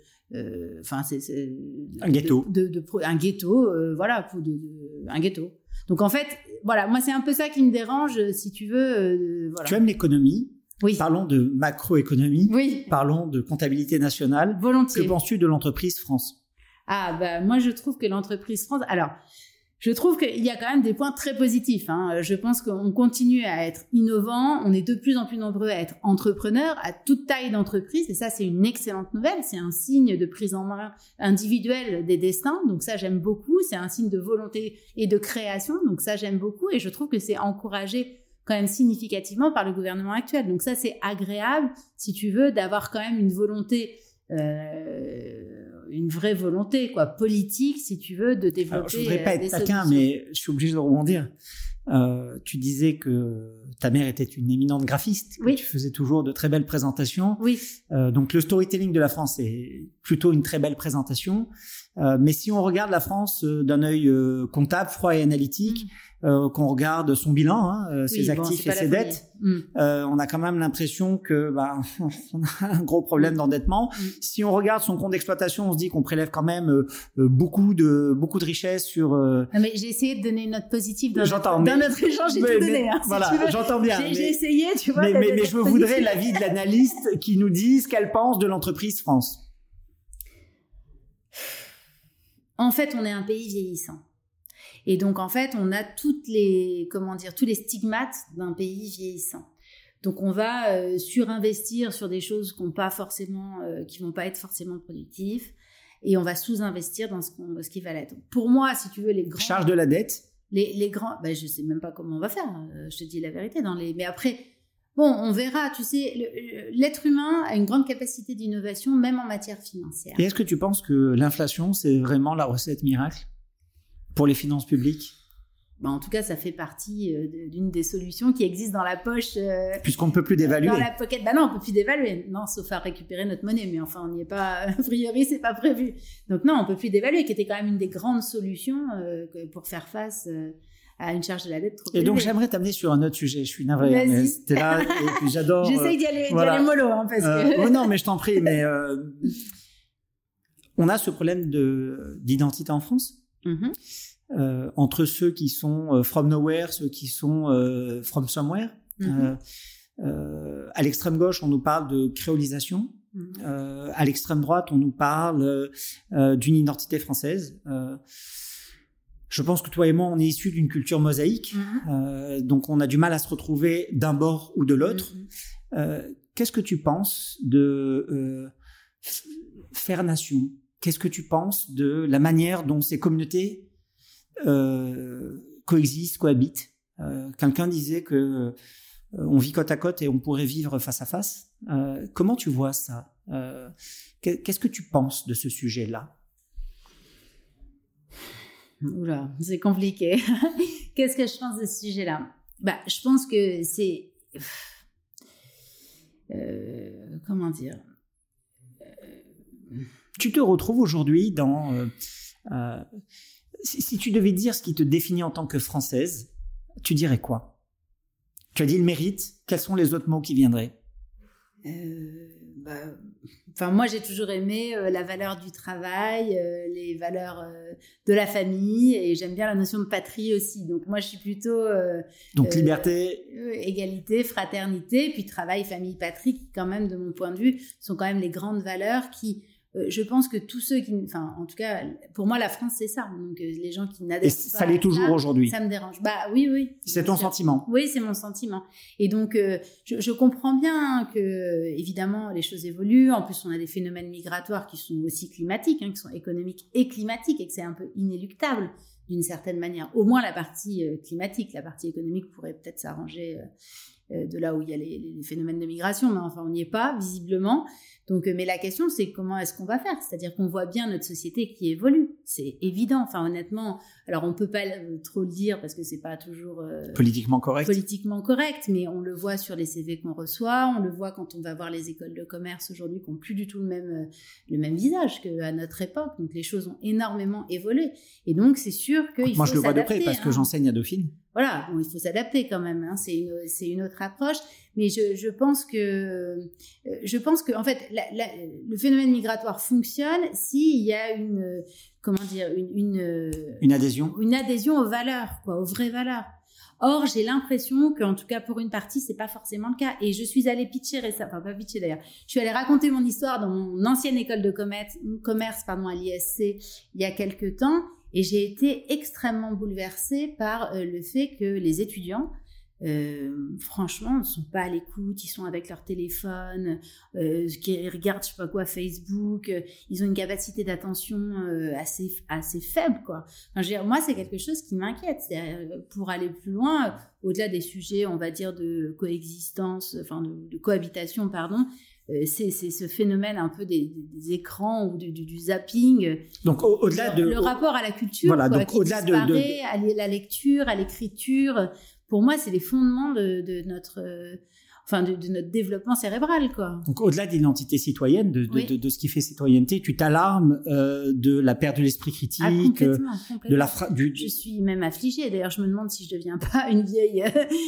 un ghetto. Un ghetto, un ghetto. Donc en fait, voilà, moi c'est un peu ça qui me dérange, si tu veux. Voilà. Tu aimes l'économie? Oui. Parlons de macroéconomie. Oui. Parlons de comptabilité nationale. Volontiers. Que penses-tu de l'entreprise France? Moi je trouve que l'entreprise France... Alors, je trouve qu'il y a quand même des points très positifs. Je pense qu'on continue à être innovant, on est de plus en plus nombreux à être entrepreneurs, à toute taille d'entreprise, et ça c'est une excellente nouvelle, c'est un signe de prise en main individuelle des destins, donc ça j'aime beaucoup, c'est un signe de volonté et de création, donc ça j'aime beaucoup, et je trouve que c'est encouragé quand même significativement par le gouvernement actuel. Donc ça c'est agréable, si tu veux, d'avoir quand même une volonté... une vraie volonté politique, si tu veux, de développer. Alors, je voudrais pas être taquin, mais je suis obligé de rebondir. Tu disais que ta mère était une éminente graphiste, que tu faisais toujours de très belles présentations. Oui. Donc le storytelling de la France est plutôt une très belle présentation. Mais si on regarde la France d'un œil comptable, froid et analytique, qu'on regarde son bilan, ses actifs et ses dettes, on a quand même l'impression que on a un gros problème d'endettement. Si on regarde son compte d'exploitation, on se dit qu'on prélève quand même beaucoup de richesses sur. Non, mais j'ai essayé de donner une note positive dans notre échange, j'ai tout donné. Voilà, j'entends bien. J'ai essayé, tu vois. Mais je voudrais l'avis de l'analyste qui nous dise ce qu'elle pense de l'entreprise France. En fait, on est un pays vieillissant. Et donc, en fait, on a tous les stigmates d'un pays vieillissant. Donc, on va surinvestir sur des choses qui vont pas être forcément productives, et on va sous-investir dans ce qui va l'être. Pour moi, si tu veux, les grands... Charge de la dette. Les grands... je sais même pas comment on va faire, je te dis la vérité. Mais après, on verra, tu sais, l'être humain a une grande capacité d'innovation, même en matière financière. Et est-ce que tu penses que l'inflation, c'est vraiment la recette miracle pour les finances publiques? En tout cas, ça fait partie d'une des solutions qui existent dans la poche. Puisqu'on ne peut plus dévaluer. Dans la pocket. Non, on peut plus dévaluer. Non, sauf à récupérer notre monnaie. Mais enfin, on n'y est pas. A priori, c'est pas prévu. Donc non, on peut plus dévaluer, qui était quand même une des grandes solutions pour faire face à une charge de la dette trop élevée. Et donc, j'aimerais t'amener sur un autre sujet. Je suis navré. Vas-y. C'était là et puis j'adore. J'essaye d'y aller mollo, parce que. Non, mais je t'en prie. Mais on a ce problème d'identité en France. Entre ceux qui sont from nowhere, ceux qui sont from somewhere. À l'extrême gauche, on nous parle de créolisation. À l'extrême droite, on nous parle d'une identité française. Je pense que toi et moi, on est issus d'une culture mosaïque. Donc, on a du mal à se retrouver d'un bord ou de l'autre. Qu'est-ce que tu penses de faire nation? Qu'est-ce que tu penses de la manière dont ces communautés cohabitent? Quelqu'un disait que on vit côte à côte et on pourrait vivre face à face. Comment tu vois ça? Qu'est-ce que tu penses de ce sujet-là? Oula, c'est compliqué. Qu'est-ce que je pense de ce sujet-là? Je pense que c'est... comment dire? Tu te retrouves aujourd'hui dans... si tu devais dire ce qui te définit en tant que Française, tu dirais quoi? Tu as dit le mérite. Quels sont les autres mots qui viendraient? Moi, j'ai toujours aimé la valeur du travail, les valeurs de la famille, et j'aime bien la notion de patrie aussi. Donc, moi, je suis plutôt... Donc, liberté... égalité, fraternité, puis travail, famille, patrie, qui, quand même, de mon point de vue, sont quand même les grandes valeurs qui... je pense que tous ceux qui... en tout cas, pour moi, la France, c'est ça. Donc, les gens qui n'adhèrent pas... Et ça l'est toujours aujourd'hui. Ça me dérange. Oui. C'est ton sentiment. Oui, c'est mon sentiment. Et donc, je comprends bien que, évidemment, les choses évoluent. En plus, on a des phénomènes migratoires qui sont aussi climatiques, qui sont économiques et climatiques, et que c'est un peu inéluctable, d'une certaine manière. Au moins, la partie climatique. La partie économique pourrait peut-être s'arranger... de là où il y a les phénomènes de migration, mais enfin, on n'y est pas, visiblement. Donc, mais la question, c'est comment est-ce qu'on va faire ? C'est-à-dire qu'on voit bien notre société qui évolue. C'est évident. Enfin, honnêtement, alors on peut pas trop le dire parce que c'est pas toujours politiquement correct, mais on le voit sur les CV qu'on reçoit, on le voit quand on va voir les écoles de commerce aujourd'hui qui n'ont plus du tout le même visage qu'à notre époque. Donc, les choses ont énormément évolué. Et donc, c'est sûr qu'il faut s'adapter. Moi, je le vois de près parce que j'enseigne à Dauphine. Voilà, bon, il faut s'adapter quand même, hein. C'est une autre approche, mais je pense que en fait le phénomène migratoire fonctionne s'il y a une adhésion aux valeurs, aux vraies valeurs. Or, j'ai l'impression qu'en tout cas pour une partie, c'est pas forcément le cas. Et je suis allée pitcher récemment, pas pitcher d'ailleurs. Je suis allée raconter mon histoire dans mon ancienne école de commerce, à l'ISC, il y a quelques temps. Et j'ai été extrêmement bouleversée par le fait que les étudiants, franchement, ne sont pas à l'écoute, ils sont avec leur téléphone, qui regardent, je sais pas quoi, Facebook, ils ont une capacité d'attention assez faible, quoi. Enfin, moi, c'est quelque chose qui m'inquiète. Pour aller plus loin, au-delà des sujets, on va dire, de coexistence, de cohabitation, pardon, c'est ce phénomène un peu des écrans ou du zapping. Donc au-delà le rapport à la culture, voilà, quoi, donc qui au-delà disparaît, à la lecture, à l'écriture. Pour moi, c'est les fondements de notre développement cérébral, quoi. Donc au-delà de l'identité citoyenne, de ce qui fait citoyenneté, tu t'alarmes de la perte de l'esprit critique, complètement. Je suis même affligée. D'ailleurs, je me demande si je deviens pas une vieille,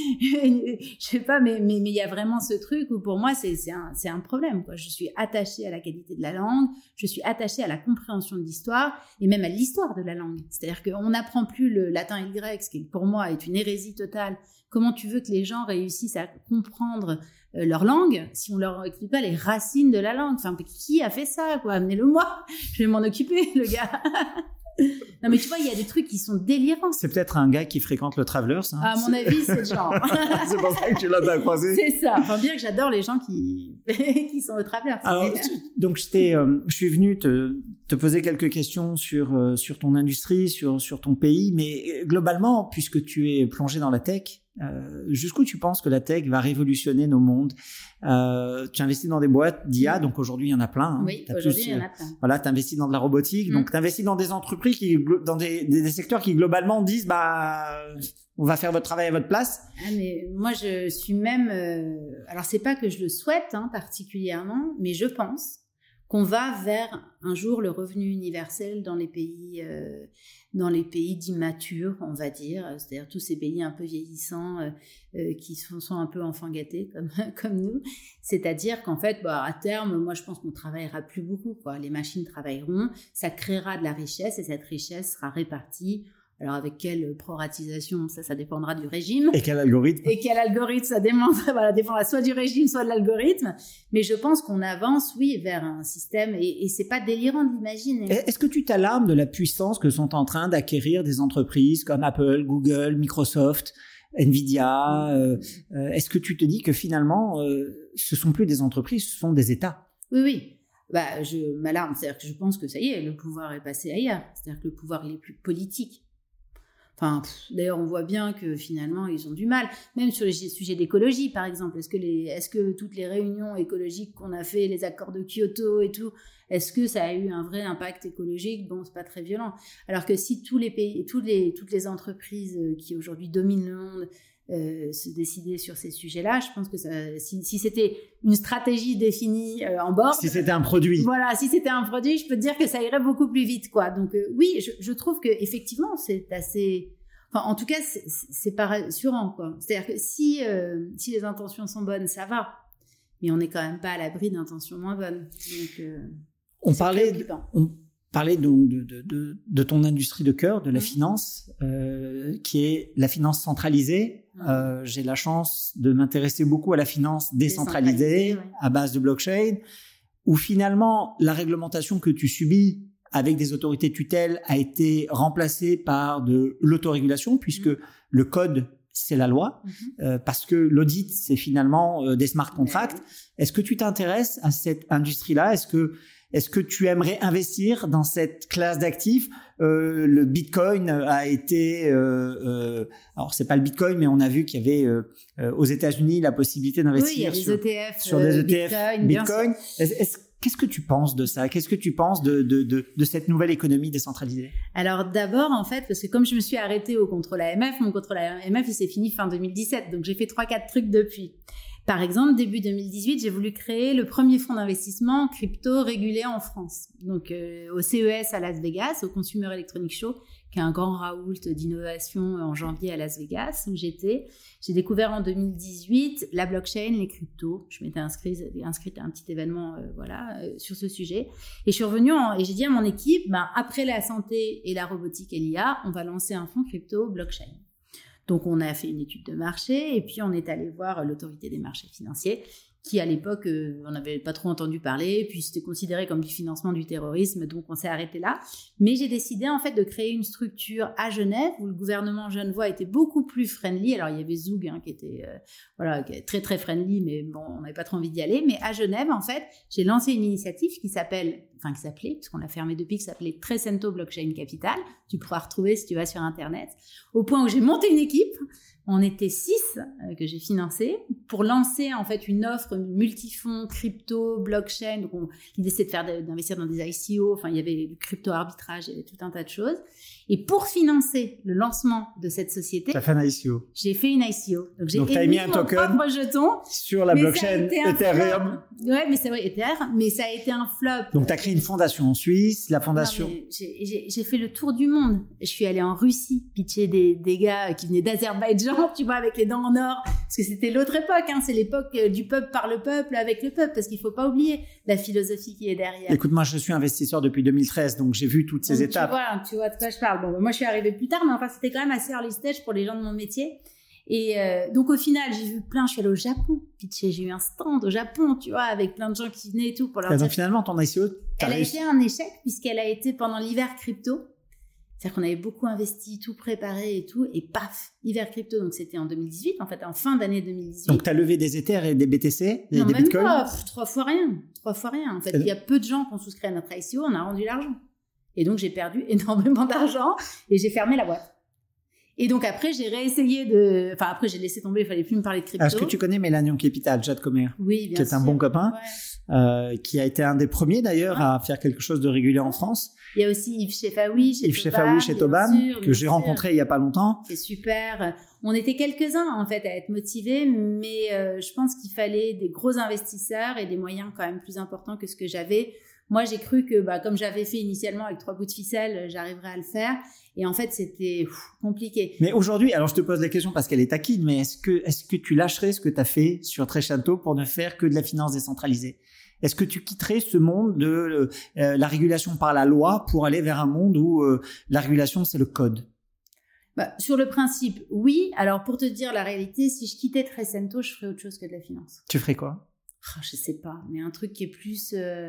je sais pas, mais il y a vraiment ce truc où pour moi c'est un problème, quoi. Je suis attachée à la qualité de la langue, je suis attachée à la compréhension de l'histoire et même à l'histoire de la langue. C'est-à-dire qu'on n'apprend plus le latin et le grec, ce qui pour moi est une hérésie totale. Comment tu veux que les gens réussissent à comprendre leur langue si on leur explique pas les racines de la langue? Enfin, qui a fait ça, quoi? Amenez-le-moi, je vais m'en occuper, le gars. Non, mais tu vois, il y a des trucs qui sont délirants. C'est peut-être un gars qui fréquente le Travelers. Hein. À mon avis, c'est le genre. C'est pour ça que tu l'as croisé. C'est ça. Enfin, bien que j'adore les gens qui sont au Travelers. Alors, donc, je suis venu te poser quelques questions sur ton industrie, sur ton pays, mais globalement, puisque tu es plongé dans la tech, jusqu'où tu penses que la tech va révolutionner nos mondes? Tu investis dans des boîtes d'IA, donc aujourd'hui il y en a plein. Hein. Oui, aujourd'hui il y en a plein. Voilà, tu investis dans de la robotique, donc tu investis dans des entreprises dans des secteurs qui globalement disent on va faire votre travail à votre place. Ah, mais moi je suis même alors c'est pas que je le souhaite particulièrement, mais je pense qu'on va vers un jour le revenu universel dans les pays dits matures, on va dire, c'est-à-dire tous ces pays un peu vieillissants qui sont un peu enfants gâtés comme nous. C'est-à-dire qu'en fait, à terme, moi je pense qu'on travaillera plus beaucoup, quoi. Les machines travailleront, ça créera de la richesse et cette richesse sera répartie. Alors, avec quelle proratisation, ça dépendra du régime. Et quel algorithme, ça dépendra soit du régime, soit de l'algorithme. Mais je pense qu'on avance, oui, vers un système, et c'est pas délirant de l'imaginer. Est-ce que tu t'alarmes de la puissance que sont en train d'acquérir des entreprises comme Apple, Google, Microsoft, Nvidia? Est-ce que tu te dis que finalement, ce sont plus des entreprises, ce sont des États? Oui. Je m'alarme. C'est-à-dire que je pense que ça y est, le pouvoir est passé ailleurs. C'est-à-dire que le pouvoir, il est plus politique. Enfin, d'ailleurs, on voit bien que finalement, ils ont du mal. Même sur les sujets d'écologie, par exemple. Est-ce que toutes les réunions écologiques qu'on a fait, les accords de Kyoto et tout, est-ce que ça a eu un vrai impact écologique? Bon, c'est pas très violent. Alors que si tous les pays, toutes les entreprises qui aujourd'hui dominent le monde se décider sur ces sujets-là, je pense que si c'était une stratégie définie en board, si c'était un produit, si c'était un produit, je peux te dire que ça irait beaucoup plus vite, quoi. Donc oui, je trouve que effectivement c'est assez, en tout cas c'est pas rassurant, quoi. C'est-à-dire que si les intentions sont bonnes, ça va, mais on n'est quand même pas à l'abri d'intentions moins bonnes. Donc, on parlait donc de ton industrie de cœur, de la finance, qui est la finance centralisée. J'ai la chance de m'intéresser beaucoup à la finance décentralisée, à base de blockchain, où finalement la réglementation que tu subis avec des autorités tutelles a été remplacée par de l'autorégulation, puisque le code, c'est la loi, parce que l'audit, c'est finalement des smart contracts. Est-ce que tu t'intéresses à cette industrie-là? Est-ce que tu aimerais investir dans cette classe d'actifs? Le Bitcoin a été... alors, c'est pas le Bitcoin, mais on a vu qu'il y avait aux États-Unis la possibilité d'investir sur des ETF Bitcoin. Qu'est-ce que tu penses de ça? Qu'est-ce que tu penses de cette nouvelle économie décentralisée? Alors d'abord, en fait, parce que comme je me suis arrêtée au contrôle AMF, mon contrôle AMF, il s'est fini fin 2017. Donc j'ai fait 3-4 trucs depuis. Par exemple, début 2018, j'ai voulu créer le premier fonds d'investissement crypto régulé en France. Donc, au CES à Las Vegas, au Consumer Electronics Show, qui est un grand raoult d'innovation en janvier à Las Vegas, où j'étais. J'ai découvert en 2018 la blockchain, les cryptos. Je m'étais inscrite à un petit événement, sur ce sujet. Et je suis revenue et j'ai dit à mon équipe, après la santé et la robotique et l'IA, on va lancer un fonds crypto blockchain. Donc, on a fait une étude de marché et puis on est allé voir l'autorité des marchés financiers qui, à l'époque, on n'avait pas trop entendu parler, puis c'était considéré comme du financement du terrorisme, donc on s'est arrêté là. Mais j'ai décidé, en fait, de créer une structure à Genève où le gouvernement genevois était beaucoup plus friendly. Alors, il y avait Zug, qui était qui est très, très friendly, mais bon, on n'avait pas trop envie d'y aller. Mais à Genève, en fait, j'ai lancé une initiative qui s'appelait, parce qu'on l'a fermée depuis, qui s'appelait Trecento Blockchain Capital. Tu pourras retrouver si tu vas sur Internet. Au point où j'ai monté une équipe. On était 6 que j'ai financés pour lancer en fait une offre multifonds, crypto, blockchain. Donc l'idée c'était d'investir dans des ICO. Enfin, il y avait du crypto arbitrage, il y avait tout un tas de choses. Et pour financer le lancement de cette société, tu as fait un ICO. J'ai fait une ICO. Donc j'ai émis mon propre jeton sur la blockchain Ethereum. Ouais, mais c'est vrai, Ethereum, mais ça a été un flop. Donc tu as créé une fondation en Suisse, la fondation. Non, j'ai fait le tour du monde. Je suis allée en Russie pitcher des gars qui venaient d'Azerbaïdjan, tu vois, avec les dents en or, parce que c'était l'autre époque, c'est l'époque du peuple par le peuple, avec le peuple, parce qu'il faut pas oublier la philosophie qui est derrière. Écoute, moi je suis investisseur depuis 2013, donc j'ai vu toutes ces étapes. Tu vois de quoi je parle. Bon, moi je suis arrivée plus tard, mais enfin c'était quand même assez early stage pour les gens de mon métier. Et donc au final, j'ai vu je suis allée au Japon, pitcher, j'ai eu un stand au Japon, tu vois, avec plein de gens qui venaient et tout pour leur dire. Donc finalement, ton ICO, elle a été un échec puisqu'elle a été pendant l'hiver crypto. C'est-à-dire qu'on avait beaucoup investi, tout préparé et tout, et paf, hiver crypto. Donc c'était en 2018, en fait, en fin d'année 2018. Donc tu as levé des Ethers et des BTC, des même Bitcoins? Pas, 3 fois rien. En fait, il y a peu de gens qui ont souscrit à notre ICO, on a rendu l'argent. Et donc j'ai perdu énormément d'argent et j'ai fermé la boîte. Et donc après, j'ai réessayé après j'ai laissé tomber, il fallait plus me parler de crypto. Est-ce que tu connais Mélanie Capital, Jade Comer? Oui, bien sûr. Qui est un bon copain, qui a été un des premiers d'ailleurs à faire quelque chose de régulier en France. Il y a aussi Yves Chefaoui chez Tobam, que j'ai rencontré il y a pas longtemps. C'est super. On était quelques-uns en fait à être motivés, mais je pense qu'il fallait des gros investisseurs et des moyens quand même plus importants que ce que j'avais. Moi, j'ai cru que, comme j'avais fait initialement avec 3 bouts de ficelle, j'arriverais à le faire. Et en fait, c'était compliqué. Mais aujourd'hui, alors je te pose la question parce qu'elle est taquine, mais est-ce que tu lâcherais ce que tu as fait sur Trecento pour ne faire que de la finance décentralisée? Est-ce que tu quitterais ce monde de la régulation par la loi pour aller vers un monde où la régulation, c'est le code? Sur le principe, oui. Alors, pour te dire la réalité, si je quittais Trecento, je ferais autre chose que de la finance. Tu ferais quoi? Je sais pas, mais un truc qui est plus...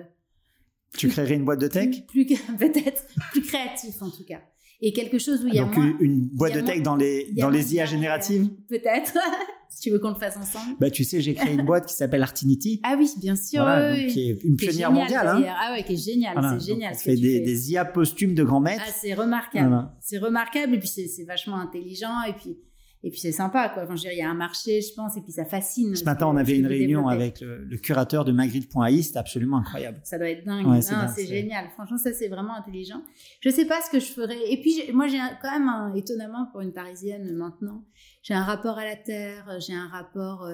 Tu créerais une boîte de tech? Peut-être plus créatif en tout cas. Et quelque chose où il y a donc moins... une boîte de tech dans les IA génératives? Peut-être, si tu veux qu'on le fasse ensemble. Tu sais, j'ai créé une boîte qui s'appelle Artinity. Ah oui, bien sûr. Voilà, donc, qui est une pionnière mondiale. Ah ouais, qui est génial, voilà, c'est génial. On fait des IA posthumes de grands maîtres. Ah, c'est remarquable. Voilà. C'est remarquable et puis c'est vachement intelligent et puis c'est sympa, quoi. Enfin, je veux dire, il y a un marché, je pense, et puis ça fascine. Ce matin, on avait une réunion avec le curateur de Magritte.ai, c'était absolument incroyable. Ça doit être dingue. Ouais, c'est génial. Franchement, ça, c'est vraiment intelligent. Je sais pas ce que je ferais. Et puis, moi, j'ai quand même, étonnamment, pour une Parisienne maintenant, j'ai un rapport à la terre, j'ai un rapport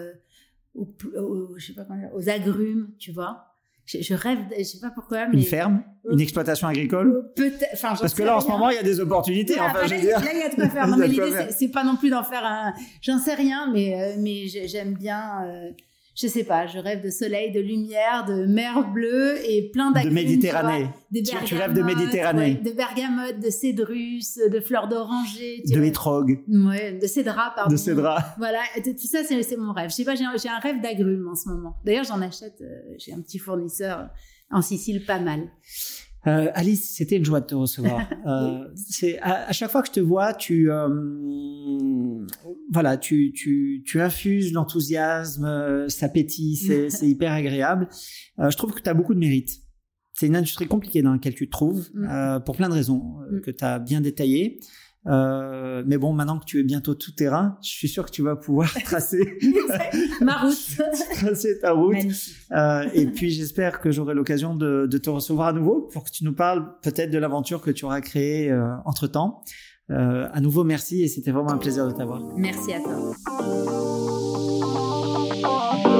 je sais pas comment dire, aux agrumes, tu vois. Je rêve, je sais pas pourquoi, mais... Une ferme, une exploitation agricole. Peut-être. Enfin, parce que là, en ce moment, il y a des opportunités. Là, il y a de quoi faire. Non, mais l'idée, c'est pas non plus d'en faire un. J'en sais rien, mais j'aime bien. je sais pas, je rêve de soleil, de lumière, de mer bleue et plein d'agrumes. De Méditerranée. Tu rêves de Méditerranée. Ouais, de bergamote, de cédrus, de fleurs d'oranger. De l'étrogue. Ouais, de cédra, pardon. De cédra. Voilà, tout ça, c'est mon rêve. Je sais pas, j'ai un rêve d'agrumes en ce moment. D'ailleurs, j'en achète, j'ai un petit fournisseur en Sicile, pas mal. Alice, c'était une joie de te recevoir. C'est à chaque fois que je te vois, tu infuses l'enthousiasme, ça pétille, c'est hyper agréable. Je trouve que tu as beaucoup de mérite. C'est une industrie compliquée dans laquelle tu te trouves, pour plein de raisons que tu as bien détaillées. Mais bon, maintenant que tu es bientôt tout terrain, je suis sûr que tu vas pouvoir tracer ma route, tracer ta route. Et puis j'espère que j'aurai l'occasion de te recevoir à nouveau pour que tu nous parles peut-être de l'aventure que tu auras créée entre temps. À nouveau, merci et c'était vraiment un plaisir de t'avoir. Merci à toi.